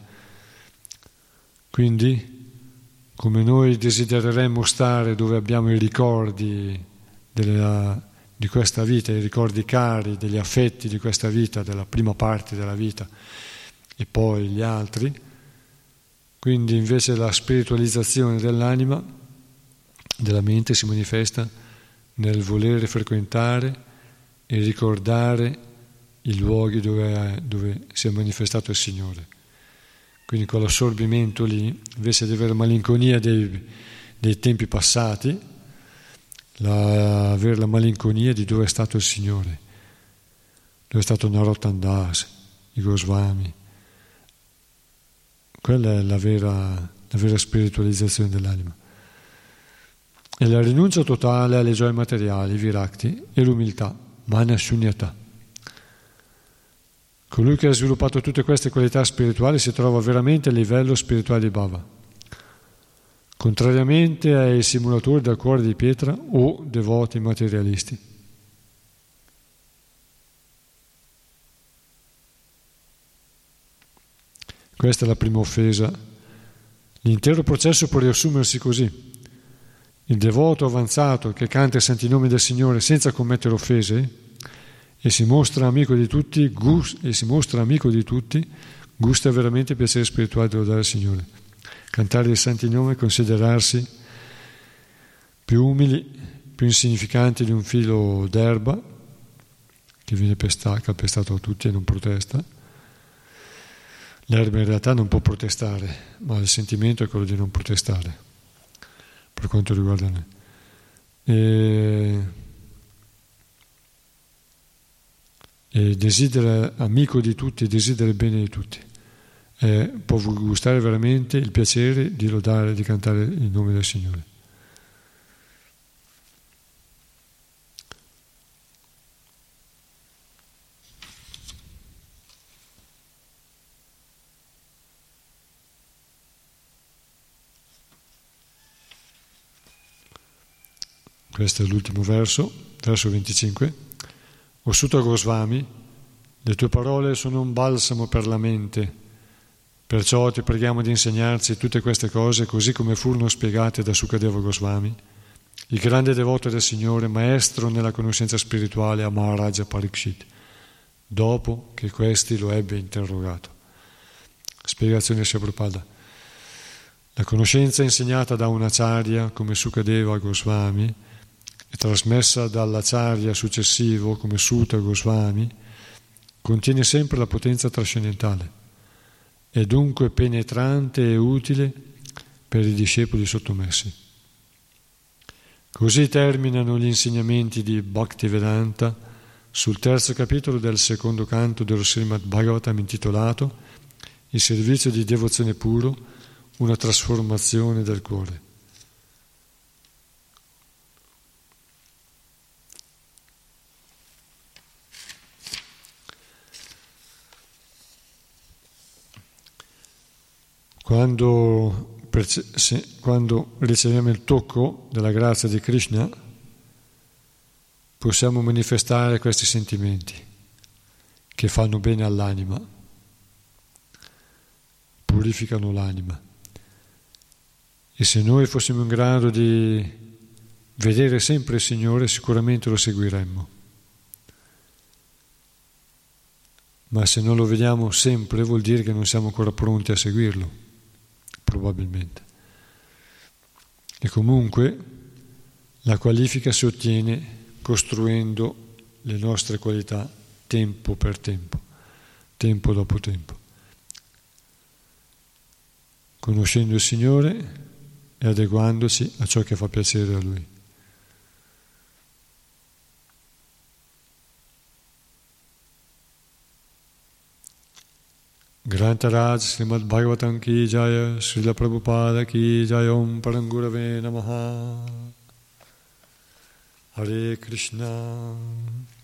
Speaker 1: Quindi, come noi desidereremmo stare dove abbiamo i ricordi di questa vita, i ricordi cari, degli affetti di questa vita, della prima parte della vita, e poi gli altri, quindi invece la spiritualizzazione dell'anima, della mente, si manifesta nel volere frequentare e ricordare i luoghi dove si è manifestato il Signore. Quindi con l'assorbimento lì, invece di avere malinconia dei tempi passati, avere la malinconia di dove è stato il Signore, dove è stato Narottam Das, i Goswami. Quella è la vera spiritualizzazione dell'anima. E la rinuncia totale alle gioie materiali, virakti, e l'umiltà, mana shunyata. Colui che ha sviluppato tutte queste qualità spirituali si trova veramente a livello spirituale di bhava, contrariamente ai simulatori del cuore di pietra o devoti materialisti. Questa è la prima offesa. L'intero processo può riassumersi così. Il devoto avanzato che canta i santi nomi del Signore senza commettere offese e si mostra amico di tutti, gusta veramente il piacere spirituale di lodare il Signore. Cantare i santi nomi e considerarsi più umili, più insignificanti di un filo d'erba che viene calpestato a tutti e non protesta. L'erba in realtà non può protestare, ma il sentimento è quello di non protestare, per quanto riguarda noi. E desidera amico di tutti, desidera il bene di tutti. Può gustare veramente il piacere di lodare, di cantare il nome del Signore. Questo è l'ultimo verso 25. O Sutta Goswami, le tue parole sono un balsamo per la mente, perciò ti preghiamo di insegnarci tutte queste cose così come furono spiegate da Sukadeva Goswami, il grande devoto del Signore, maestro nella conoscenza spirituale a Maharaja Parikshit, dopo che questi lo ebbe interrogato. Spiegazione Srila Prabhupada. La conoscenza insegnata da un acharya come Sukadeva Goswami e trasmessa dall'acharya successivo come Sutta Goswami contiene sempre la potenza trascendentale, è dunque penetrante e utile per i discepoli sottomessi. Così terminano gli insegnamenti di Bhaktivedanta sul terzo capitolo del secondo canto dello Srimad Bhagavatam intitolato Il servizio di devozione puro, una trasformazione del cuore. Quando riceviamo il tocco della grazia di Krishna, possiamo manifestare questi sentimenti che fanno bene all'anima, purificano l'anima. E se noi fossimo in grado di vedere sempre il Signore, sicuramente lo seguiremmo. ma se non lo vediamo sempre vuol dire che non siamo ancora pronti a seguirlo, probabilmente. E comunque la qualifica si ottiene costruendo le nostre qualità tempo per tempo, tempo dopo tempo, conoscendo il Signore e adeguandoci a ciò che fa piacere a Lui. Grantaraj Srimad Bhagavatam ki jaya, Srila Prabhupada ki jaya, Om Parangurave Namaha. Hare Krishna.